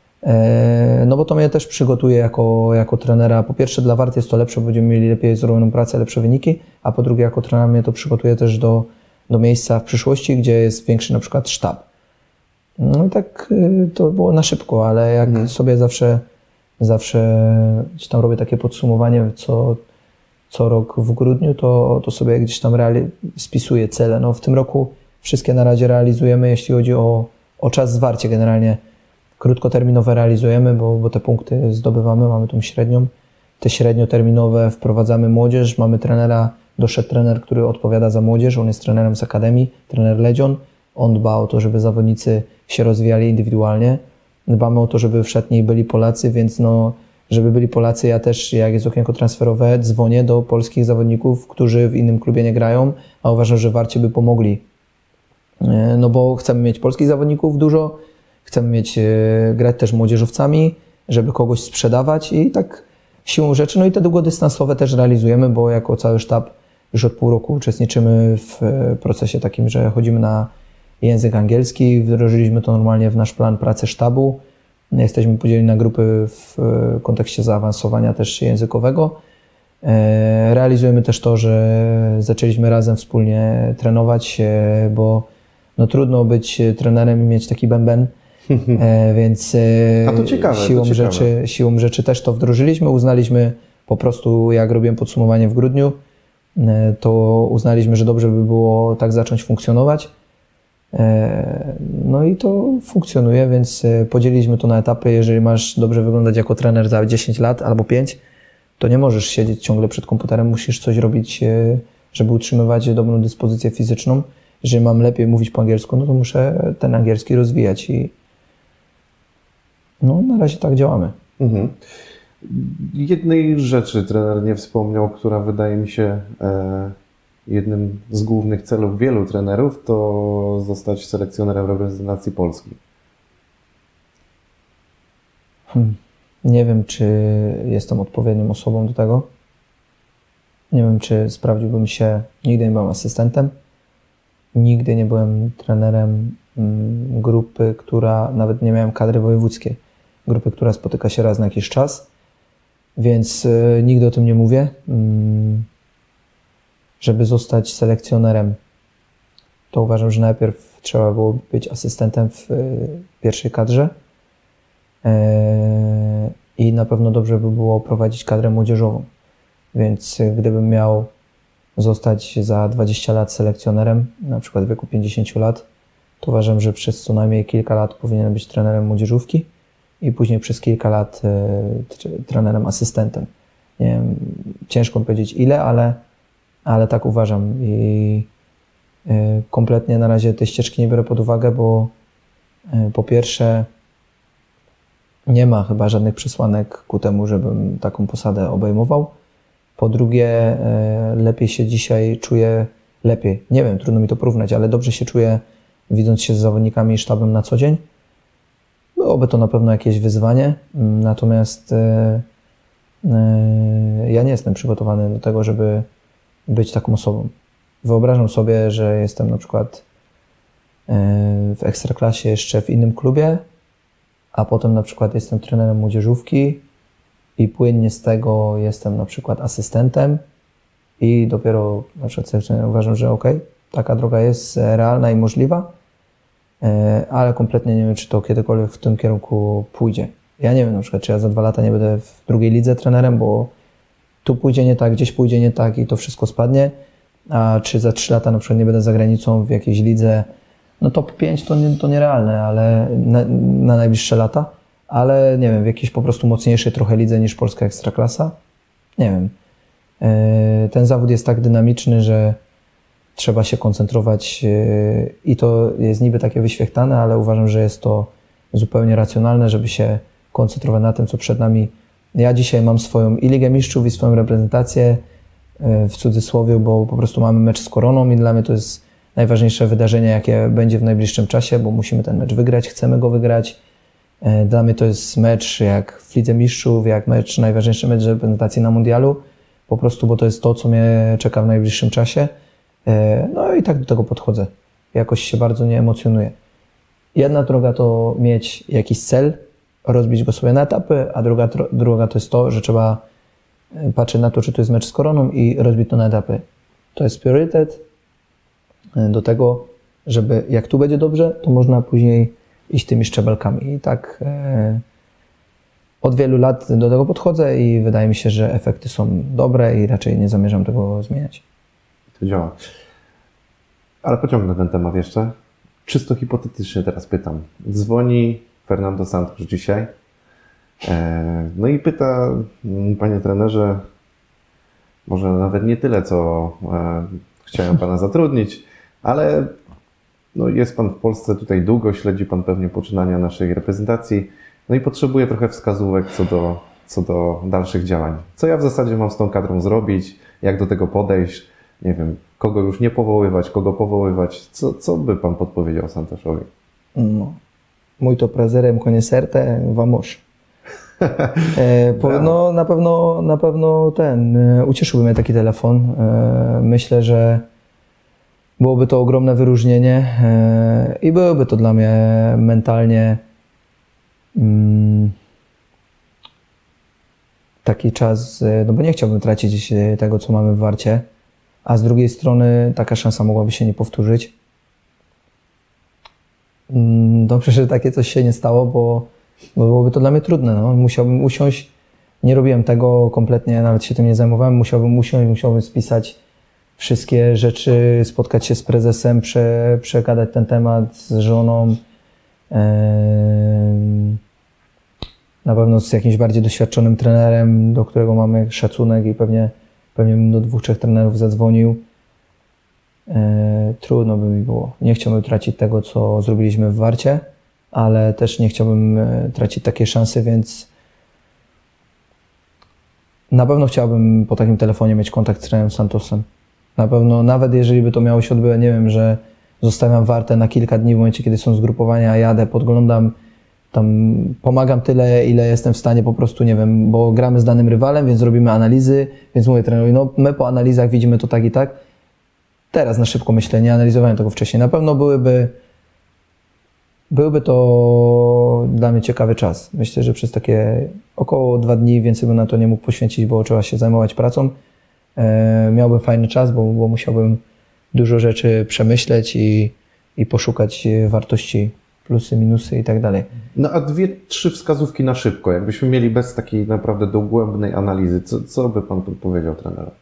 No bo to mnie też przygotuje jako, jako trenera. Po pierwsze dla Warty jest to lepsze, bo będziemy mieli lepiej zrobioną pracę, lepsze wyniki, a po drugie jako trenera mnie to przygotuje też do, do miejsca w przyszłości, gdzie jest większy na przykład sztab. No i tak to było na szybko, ale jak hmm. sobie zawsze, zawsze gdzieś tam robię takie podsumowanie co, co rok w grudniu, to, to sobie gdzieś tam reali- spisuję cele. No w tym roku wszystkie na razie realizujemy, jeśli chodzi o, o czas zwarcie generalnie. Krótkoterminowe realizujemy, bo, bo te punkty zdobywamy, mamy tą średnią. Te średnioterminowe wprowadzamy młodzież, mamy trenera, doszedł trener, który odpowiada za młodzież, on jest trenerem z Akademii, trener Ledzion. On dba o to, żeby zawodnicy się rozwijali indywidualnie. Dbamy o to, żeby w szatni byli Polacy, więc no, żeby byli Polacy, ja też, jak jest okienko transferowe, dzwonię do polskich zawodników, którzy w innym klubie nie grają, a uważam, że Warcie by pomogli. No bo chcemy mieć polskich zawodników dużo, chcemy mieć, grać też młodzieżowcami, żeby kogoś sprzedawać i tak siłą rzeczy. No i te długodystansowe też realizujemy, bo jako cały sztab już od pół roku uczestniczymy w procesie takim, że chodzimy na język angielski. Wdrożyliśmy to normalnie w nasz plan pracy sztabu. Jesteśmy podzieleni na grupy w kontekście zaawansowania też językowego. Realizujemy też to, że zaczęliśmy razem wspólnie trenować, bo no trudno być trenerem i mieć taki bęben, więc A to ciekawe, siłą, to ciekawe. Rzeczy, siłą rzeczy też to wdrożyliśmy. Uznaliśmy po prostu, jak robiłem podsumowanie w grudniu, to uznaliśmy, że dobrze by było tak zacząć funkcjonować. No i to funkcjonuje, więc podzieliliśmy to na etapy. Jeżeli masz dobrze wyglądać jako trener za dziesięć lat albo pięć, to nie możesz siedzieć ciągle przed komputerem, musisz coś robić, żeby utrzymywać dobrą dyspozycję fizyczną. Jeżeli mam lepiej mówić po angielsku, no to muszę ten angielski rozwijać i, No, na razie tak działamy. Mhm. Jednej rzeczy trener nie wspomniał, która wydaje mi się e, jednym z głównych celów wielu trenerów, to zostać selekcjonerem reprezentacji Polski. Hmm. Nie wiem, czy jestem odpowiednią osobą do tego. Nie wiem, czy sprawdziłbym się. Nigdy nie byłem asystentem. Nigdy nie byłem trenerem mm, grupy, która, nawet nie miałem kadry wojewódzkiej. Grupy, która spotyka się raz na jakiś czas. Więc y, nigdy o tym nie mówię. Mm, żeby zostać selekcjonerem, to uważam, że najpierw trzeba było być asystentem w y, pierwszej kadrze. I na pewno dobrze by było prowadzić kadrę młodzieżową. Więc gdybym miał zostać za dwadzieścia lat selekcjonerem, na przykład w wieku pięćdziesięciu lat, to uważam, że przez co najmniej kilka lat powinien być trenerem młodzieżówki i później przez kilka lat y, trenerem asystentem. Nie wiem, ciężko powiedzieć ile, ale, ale tak uważam. I y, kompletnie na razie tej ścieżki nie biorę pod uwagę, bo y, po pierwsze nie ma chyba żadnych przesłanek ku temu, żebym taką posadę obejmował. Po drugie, lepiej się dzisiaj czuję, lepiej, nie wiem, trudno mi to porównać, ale dobrze się czuję, widząc się z zawodnikami i sztabem na co dzień. Byłoby to na pewno jakieś wyzwanie, natomiast ja nie jestem przygotowany do tego, żeby być taką osobą. Wyobrażam sobie, że jestem na przykład w Ekstraklasie jeszcze w innym klubie, a potem na przykład jestem trenerem młodzieżówki i płynnie z tego jestem na przykład asystentem i dopiero na przykład uważam, że okej, okay, taka droga jest realna i możliwa, ale kompletnie nie wiem, czy to kiedykolwiek w tym kierunku pójdzie. Ja nie wiem na przykład, czy ja za dwa lata nie będę w drugiej lidze trenerem, bo tu pójdzie nie tak, gdzieś pójdzie nie tak i to wszystko spadnie, a czy za trzy lata na przykład nie będę za granicą w jakiejś lidze. No top pięć to, nie, to nierealne, ale na, na najbliższe lata, ale nie wiem, w jakiejś po prostu mocniejszej trochę lidze niż polska ekstraklasa. Nie wiem. Ten zawód jest tak dynamiczny, że trzeba się koncentrować i to jest niby takie wyświechtane, ale uważam, że jest to zupełnie racjonalne, żeby się koncentrować na tym, co przed nami. Ja dzisiaj mam swoją i Ligę Mistrzów, i swoją reprezentację w cudzysłowie, bo po prostu mamy mecz z Koroną i dla mnie to jest najważniejsze wydarzenie, jakie będzie w najbliższym czasie, bo musimy ten mecz wygrać, chcemy go wygrać. Dla mnie to jest mecz jak w Lidze Mistrzów, jak mecz, najważniejszy mecz reprezentacji na mundialu, po prostu, bo to jest to, co mnie czeka w najbliższym czasie. No i tak do tego podchodzę. Jakoś się bardzo nie emocjonuję. Jedna droga to mieć jakiś cel, rozbić go sobie na etapy, a druga droga to jest to, że trzeba patrzeć na to, czy to jest mecz z Koroną i rozbić to na etapy. To jest priorytet do tego, żeby jak tu będzie dobrze, to można później iść tymi szczebelkami. I tak e, od wielu lat do tego podchodzę i wydaje mi się, że efekty są dobre i raczej nie zamierzam tego zmieniać. To działa. Ale pociągnę ten temat jeszcze. Czysto hipotetycznie teraz pytam. Dzwoni Fernando Santos dzisiaj. E, no i pyta, panie trenerze, może nawet nie tyle, co e, chciałem pana zatrudnić, ale no jest pan w Polsce tutaj długo, śledzi pan pewnie poczynania naszej reprezentacji, no i potrzebuje trochę wskazówek co do, co do dalszych działań. Co ja w zasadzie mam z tą kadrą zrobić, jak do tego podejść, nie wiem, kogo już nie powoływać, kogo powoływać, co, co by pan podpowiedział Santoszowi? No, muito prazerem conhecerte, vamos. E, po, no na pewno, na pewno ten, ucieszyłby mnie taki telefon. E, myślę, że byłoby to ogromne wyróżnienie e, i byłoby to dla mnie mentalnie mm, taki czas, no bo nie chciałbym tracić tego, co mamy w Warcie, a z drugiej strony taka szansa mogłaby się nie powtórzyć. Mm, dobrze, że takie coś się nie stało, bo, bo byłoby to dla mnie trudne. No. Musiałbym usiąść, nie robiłem tego kompletnie, nawet się tym nie zajmowałem, musiałbym usiąść, musiałbym spisać wszystkie rzeczy, spotkać się z prezesem, prze, przegadać ten temat z żoną. Na pewno z jakimś bardziej doświadczonym trenerem, do którego mamy szacunek i pewnie, pewnie bym do dwóch, trzech trenerów zadzwonił. Trudno by mi było. Nie chciałbym tracić tego, co zrobiliśmy w Warcie. ale też nie chciałbym tracić takiej szansy, więc na pewno chciałbym po takim telefonie mieć kontakt z trenerem Santosem. Na pewno, nawet jeżeli by to miało się odbywać, nie wiem, że zostawiam Wartę na kilka dni w momencie, kiedy są zgrupowania, jadę, podglądam, tam pomagam tyle, ile jestem w stanie po prostu, nie wiem, bo gramy z danym rywalem, więc robimy analizy, więc mówię trenerowi, no my po analizach widzimy to tak i tak. Teraz na szybko myślę, nie analizowałem tego wcześniej. Na pewno byłyby, byłby to dla mnie ciekawy czas. Myślę, że przez takie około dwa dni więcej bym na to nie mógł poświęcić, bo trzeba się zajmować pracą. E, miałbym fajny czas, bo, bo musiałbym dużo rzeczy przemyśleć i, i poszukać wartości, plusy, minusy i tak dalej. No a dwie, trzy wskazówki na szybko, jakbyśmy mieli bez takiej naprawdę dogłębnej analizy, co, co by Pan powiedział trenerowi?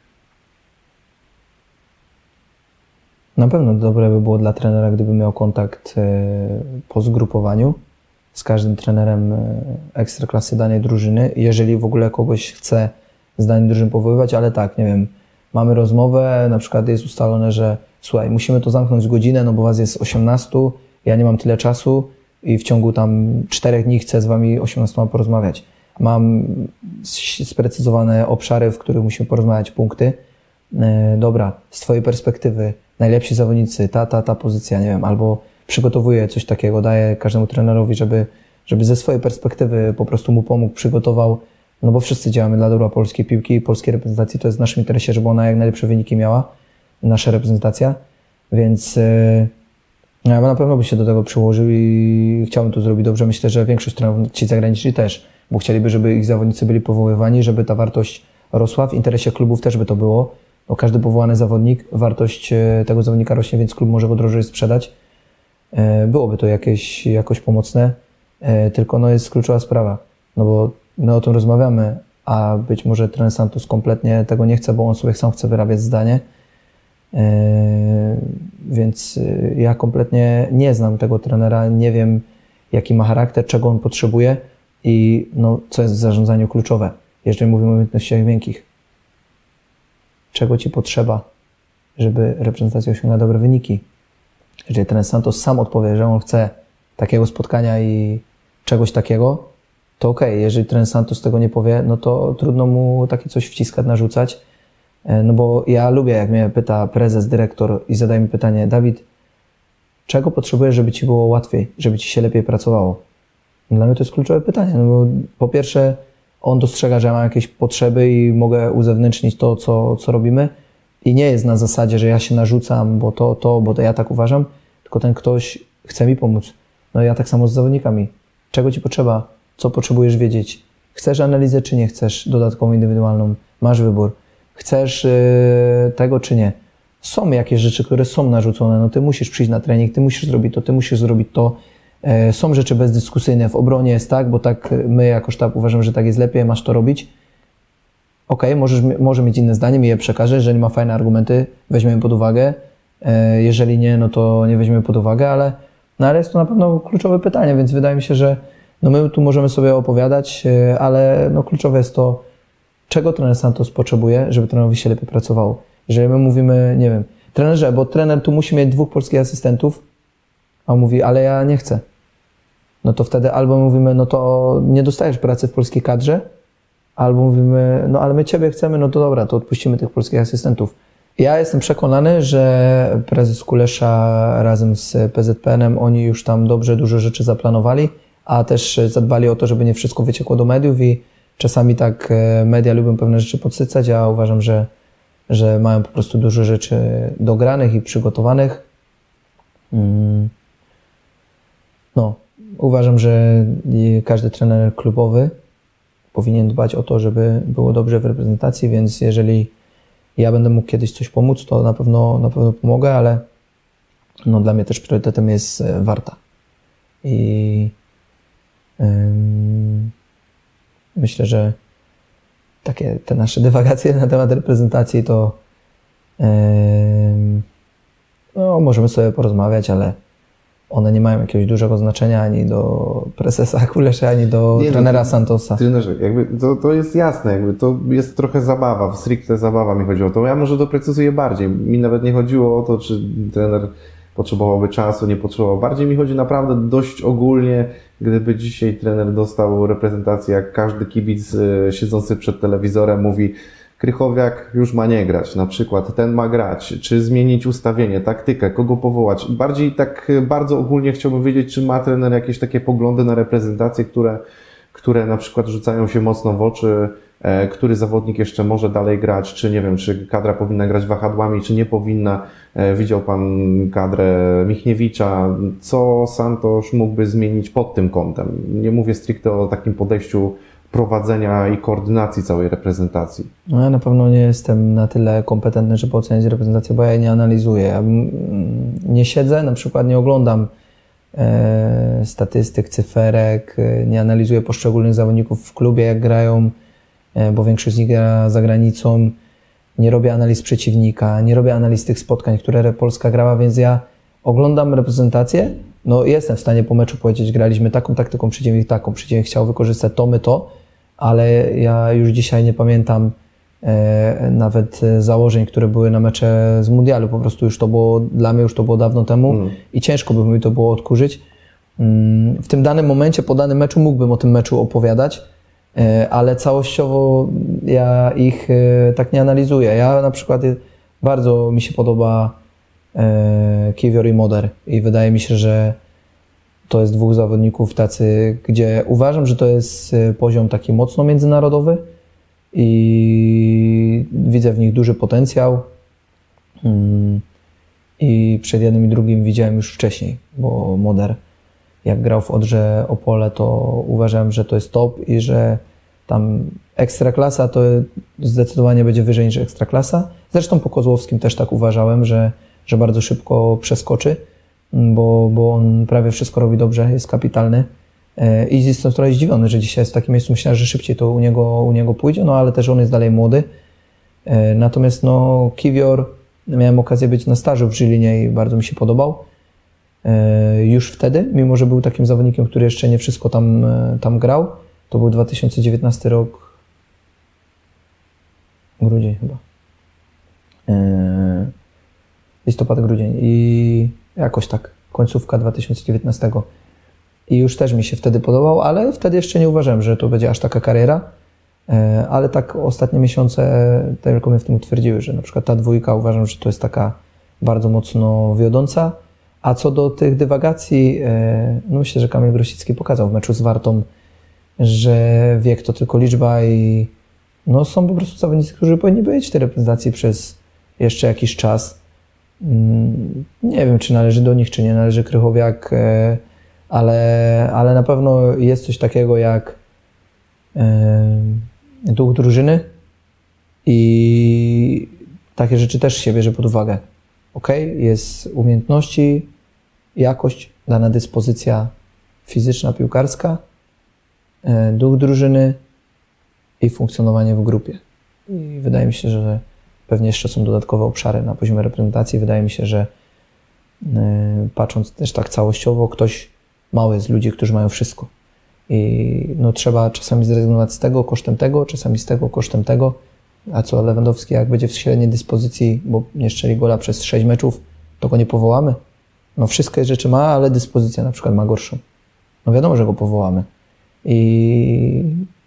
Na pewno dobre by było dla trenera, gdyby miał kontakt po zgrupowaniu z każdym trenerem ekstraklasy danej drużyny, jeżeli w ogóle kogoś chce z danej drużyny powoływać, ale tak, nie wiem, mamy rozmowę, na przykład jest ustalone, że słuchaj, musimy to zamknąć w godzinę, no bo was jest osiemnastu, ja nie mam tyle czasu i w ciągu tam czterech dni chcę z wami osiemnastoma porozmawiać. Mam sprecyzowane obszary, w których musimy porozmawiać, punkty. Dobra, z twojej perspektywy najlepsi zawodnicy, ta, ta, ta pozycja, nie wiem, albo przygotowuję coś takiego, daję każdemu trenerowi, żeby, żeby ze swojej perspektywy po prostu mu pomógł, przygotował, no bo wszyscy działamy dla dobra polskiej piłki i polskiej reprezentacji, to jest w naszym interesie, żeby ona jak najlepsze wyniki miała, nasza reprezentacja, więc yy, ja na pewno bym się do tego przyłożył i chciałbym to zrobić dobrze. Myślę, że większość trenerów, ci zagraniczni też, bo chcieliby, żeby ich zawodnicy byli powoływani, żeby ta wartość rosła, w interesie klubów też by to było, bo każdy powołany zawodnik, wartość tego zawodnika rośnie, więc klub może go drożej sprzedać. Byłoby to jakieś, jakoś pomocne, tylko no jest kluczowa sprawa, no bo my o tym rozmawiamy, a być może trener Santos kompletnie tego nie chce, bo on sobie sam chce wyrabiać zdanie, więc ja kompletnie nie znam tego trenera, nie wiem jaki ma charakter, czego on potrzebuje i no, co jest w zarządzaniu kluczowe, jeżeli mówimy o umiejętnościach miękkich. Czego ci potrzeba, żeby reprezentacja osiągnęła dobre wyniki. Jeżeli trener Santos sam odpowie, że on chce takiego spotkania i czegoś takiego, to okej. Okay. Jeżeli trener Santos tego nie powie, no to trudno mu takie coś wciskać, narzucać. No bo ja lubię, jak mnie pyta prezes, dyrektor i zadaje mi pytanie, Dawid, czego potrzebujesz, żeby ci było łatwiej, żeby ci się lepiej pracowało? Dla mnie to jest kluczowe pytanie, no bo po pierwsze on dostrzega, że ja mam jakieś potrzeby i mogę uzewnętrznić to, co, co robimy i nie jest na zasadzie, że ja się narzucam, bo to, to, bo to ja tak uważam, tylko ten ktoś chce mi pomóc. No ja tak samo z zawodnikami. Czego ci potrzeba? Co potrzebujesz wiedzieć? Chcesz analizę, czy nie chcesz dodatkową, indywidualną? Masz wybór. Chcesz yy, tego, czy nie? Są jakieś rzeczy, które są narzucone. No ty musisz przyjść na trening, ty musisz zrobić to, ty musisz zrobić to. Yy, są rzeczy bezdyskusyjne. W obronie jest tak, bo tak my jako sztab uważamy, że tak jest lepiej, masz to robić. Okej, okay, możesz, może mieć inne zdanie, mi je przekażę. Jeżeli ma fajne argumenty, weźmiemy pod uwagę. Yy, jeżeli nie, no to nie weźmiemy pod uwagę, ale, no ale jest to na pewno kluczowe pytanie, więc wydaje mi się, że no my tu możemy sobie opowiadać, yy, ale no kluczowe jest to, czego trener Santos potrzebuje, żeby trenerowi się lepiej pracowało. Jeżeli my mówimy, nie wiem, trenerze, bo trener tu musi mieć dwóch polskich asystentów, a on mówi, ale ja nie chcę. No to wtedy albo mówimy, no to nie dostajesz pracy w polskiej kadrze, albo mówimy, no ale my ciebie chcemy, no to dobra, to odpuścimy tych polskich asystentów. Ja jestem przekonany, że prezes Kulesza razem z P Z P N-em, oni już tam dobrze dużo rzeczy zaplanowali, a też zadbali o to, żeby nie wszystko wyciekło do mediów i czasami tak media lubią pewne rzeczy podsycać, ja uważam, że, że mają po prostu dużo rzeczy dogranych i przygotowanych. No, uważam, że każdy trener klubowy powinien dbać o to, żeby było dobrze w reprezentacji, więc jeżeli ja będę mógł kiedyś coś pomóc, to na pewno, na pewno pomogę, ale no, dla mnie też priorytetem jest Warta. I ym, myślę, że takie te nasze dywagacje na temat reprezentacji to yy, no, możemy sobie porozmawiać, ale one nie mają jakiegoś dużego znaczenia ani do prezesa Kulesza, ani do nie, trenera no, Santosa. Trenerze, jakby to, to jest jasne, jakby to jest trochę zabawa, stricte zabawa mi chodzi o to. Ja może doprecyzuję bardziej. Mi nawet nie chodziło o to, czy trener potrzebowałby czasu, nie potrzebował. Bardziej mi chodzi naprawdę dość ogólnie, gdyby dzisiaj trener dostał reprezentację, jak każdy kibic siedzący przed telewizorem mówi, Krychowiak już ma nie grać, na przykład ten ma grać, czy zmienić ustawienie, taktykę, kogo powołać. Bardziej tak bardzo ogólnie chciałbym wiedzieć, czy ma trener jakieś takie poglądy na reprezentacje, które, które na przykład rzucają się mocno w oczy, e, który zawodnik jeszcze może dalej grać, czy nie wiem, czy kadra powinna grać wahadłami, czy nie powinna. E, widział Pan kadrę Michniewicza, co Santosz mógłby zmienić pod tym kątem? Nie mówię stricte o takim podejściu prowadzenia i koordynacji całej reprezentacji. No ja na pewno nie jestem na tyle kompetentny, żeby oceniać reprezentację, bo ja jej nie analizuję. Ja nie siedzę, na przykład nie oglądam e, statystyk, cyferek, e, nie analizuję poszczególnych zawodników w klubie, jak grają, e, bo większość z nich gra za granicą. Nie robię analiz przeciwnika, nie robię analiz tych spotkań, które Polska grała, więc ja oglądam reprezentację. No jestem w stanie po meczu powiedzieć, graliśmy taką taktyką, przeciwnik taką, przeciwnik chciał wykorzystać to, my to, ale ja już dzisiaj nie pamiętam e, nawet założeń, które były na mecze z mundialu. Po prostu już to było, dla mnie już to było dawno temu mm. i ciężko by mi to było odkurzyć. Mm, w tym danym momencie, po danym meczu mógłbym o tym meczu opowiadać, e, ale całościowo ja ich e, tak nie analizuję. Ja na przykład bardzo mi się podoba e, Kiwior i Moder i wydaje mi się, że to jest dwóch zawodników tacy, gdzie uważam, że to jest poziom taki mocno międzynarodowy i widzę w nich duży potencjał i przed jednym i drugim widziałem już wcześniej, bo Moder jak grał w Odrze Opole, to uważałem, że to jest top i że tam ekstraklasa to zdecydowanie będzie wyżej niż ekstraklasa. Zresztą po Kozłowskim też tak uważałem, że, że bardzo szybko przeskoczy. Bo, bo on prawie wszystko robi dobrze, jest kapitalny i jestem trochę zdziwiony, że dzisiaj jest w takim miejscu. Myślałem, że szybciej to u niego, u niego pójdzie, no ale też on jest dalej młody. Natomiast no Kiwior, miałem okazję być na stażu w Żylinie i bardzo mi się podobał. Już wtedy, mimo że był takim zawodnikiem, który jeszcze nie wszystko tam, tam grał, to był dwa tysiące dziewiętnasty rok, grudzień chyba. Listopad, grudzień i jakoś tak, końcówka dwa tysiące dziewiętnastego. I już też mi się wtedy podobał, ale wtedy jeszcze nie uważałem, że to będzie aż taka kariera. Ale tak ostatnie miesiące tylko mnie w tym utwierdziły, że na przykład ta dwójka uważam, że to jest taka bardzo mocno wiodąca. A co do tych dywagacji, no myślę, że Kamil Grosicki pokazał w meczu z Wartą, że wiek to tylko liczba i no są po prostu zawodnicy, którzy powinni być w tej reprezentacji przez jeszcze jakiś czas. Nie wiem, czy należy do nich, czy nie należy Krychowiak, ale, ale na pewno jest coś takiego jak duch drużyny i takie rzeczy też się bierze pod uwagę. Ok, jest umiejętności, jakość, dana dyspozycja fizyczna, piłkarska, duch drużyny i funkcjonowanie w grupie. I wydaje mi się, że pewnie jeszcze są dodatkowe obszary na poziomie reprezentacji. Wydaje mi się, że yy, patrząc też tak całościowo, ktoś mały z ludzi, którzy mają wszystko. I no, trzeba czasami zrezygnować z tego kosztem tego, czasami z tego kosztem tego. A co Lewandowski, jak będzie w średniej dyspozycji, bo nie strzeli gola przez sześć meczów, to go nie powołamy. No wszystkie rzeczy ma, ale dyspozycja na przykład ma gorszą. No wiadomo, że go powołamy. I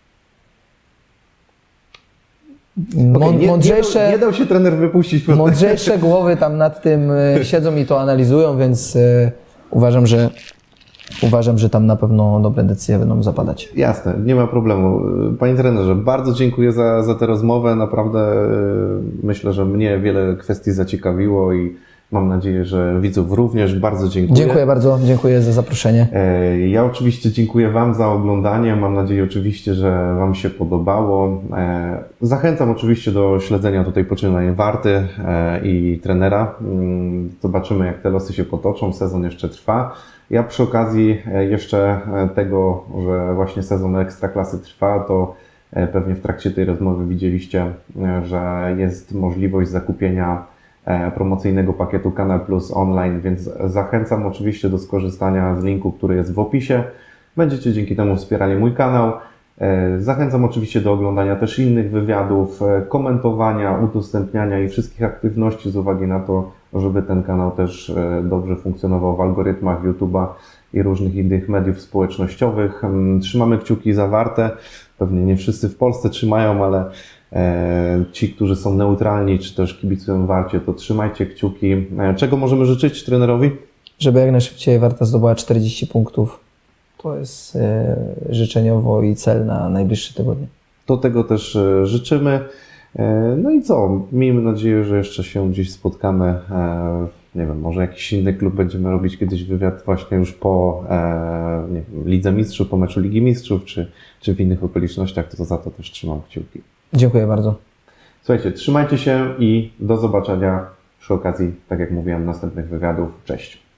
Okay, nie, mądrzejsze, nie, dał, nie dał się trener wypuścić. Mądrzejsze głowy tam nad tym siedzą i to analizują, więc y, uważam, że uważam, że tam na pewno dobre decyzje będą zapadać. Jasne, nie ma problemu. Panie trenerze, bardzo dziękuję za, za tę rozmowę. Naprawdę y, myślę, że mnie wiele kwestii zaciekawiło i mam nadzieję, że widzów również. Bardzo dziękuję. Dziękuję bardzo, dziękuję za zaproszenie. Ja oczywiście dziękuję Wam za oglądanie. Mam nadzieję oczywiście, że Wam się podobało. Zachęcam oczywiście do śledzenia tutaj poczynań Warty i trenera. Zobaczymy, jak te losy się potoczą. Sezon jeszcze trwa. Ja przy okazji jeszcze tego, że właśnie sezon Ekstraklasy trwa, to pewnie w trakcie tej rozmowy widzieliście, że jest możliwość zakupienia promocyjnego pakietu Kanal Plus online, więc zachęcam oczywiście do skorzystania z linku, który jest w opisie. Będziecie dzięki temu wspierali mój kanał. Zachęcam oczywiście do oglądania też innych wywiadów, komentowania, udostępniania i wszystkich aktywności z uwagi na to, żeby ten kanał też dobrze funkcjonował w algorytmach YouTube'a i różnych innych mediów społecznościowych. Trzymamy kciuki za Wartę. Pewnie nie wszyscy w Polsce trzymają, ale ci, którzy są neutralni, czy też kibicują Warcie, to trzymajcie kciuki. Czego możemy życzyć trenerowi? Żeby jak najszybciej Warta zdobyła czterdzieści punktów. To jest życzeniowo i cel na najbliższe tygodnie. Do tego też życzymy. No i co? Miejmy nadzieję, że jeszcze się gdzieś spotkamy. Nie wiem, może jakiś inny klub będziemy robić kiedyś wywiad właśnie już po nie wiem, Lidze Mistrzów, po meczu Ligi Mistrzów, czy, czy w innych okolicznościach, to za to też trzymam kciuki. Dziękuję bardzo. Słuchajcie, trzymajcie się i do zobaczenia przy okazji, tak jak mówiłem, następnych wywiadów. Cześć.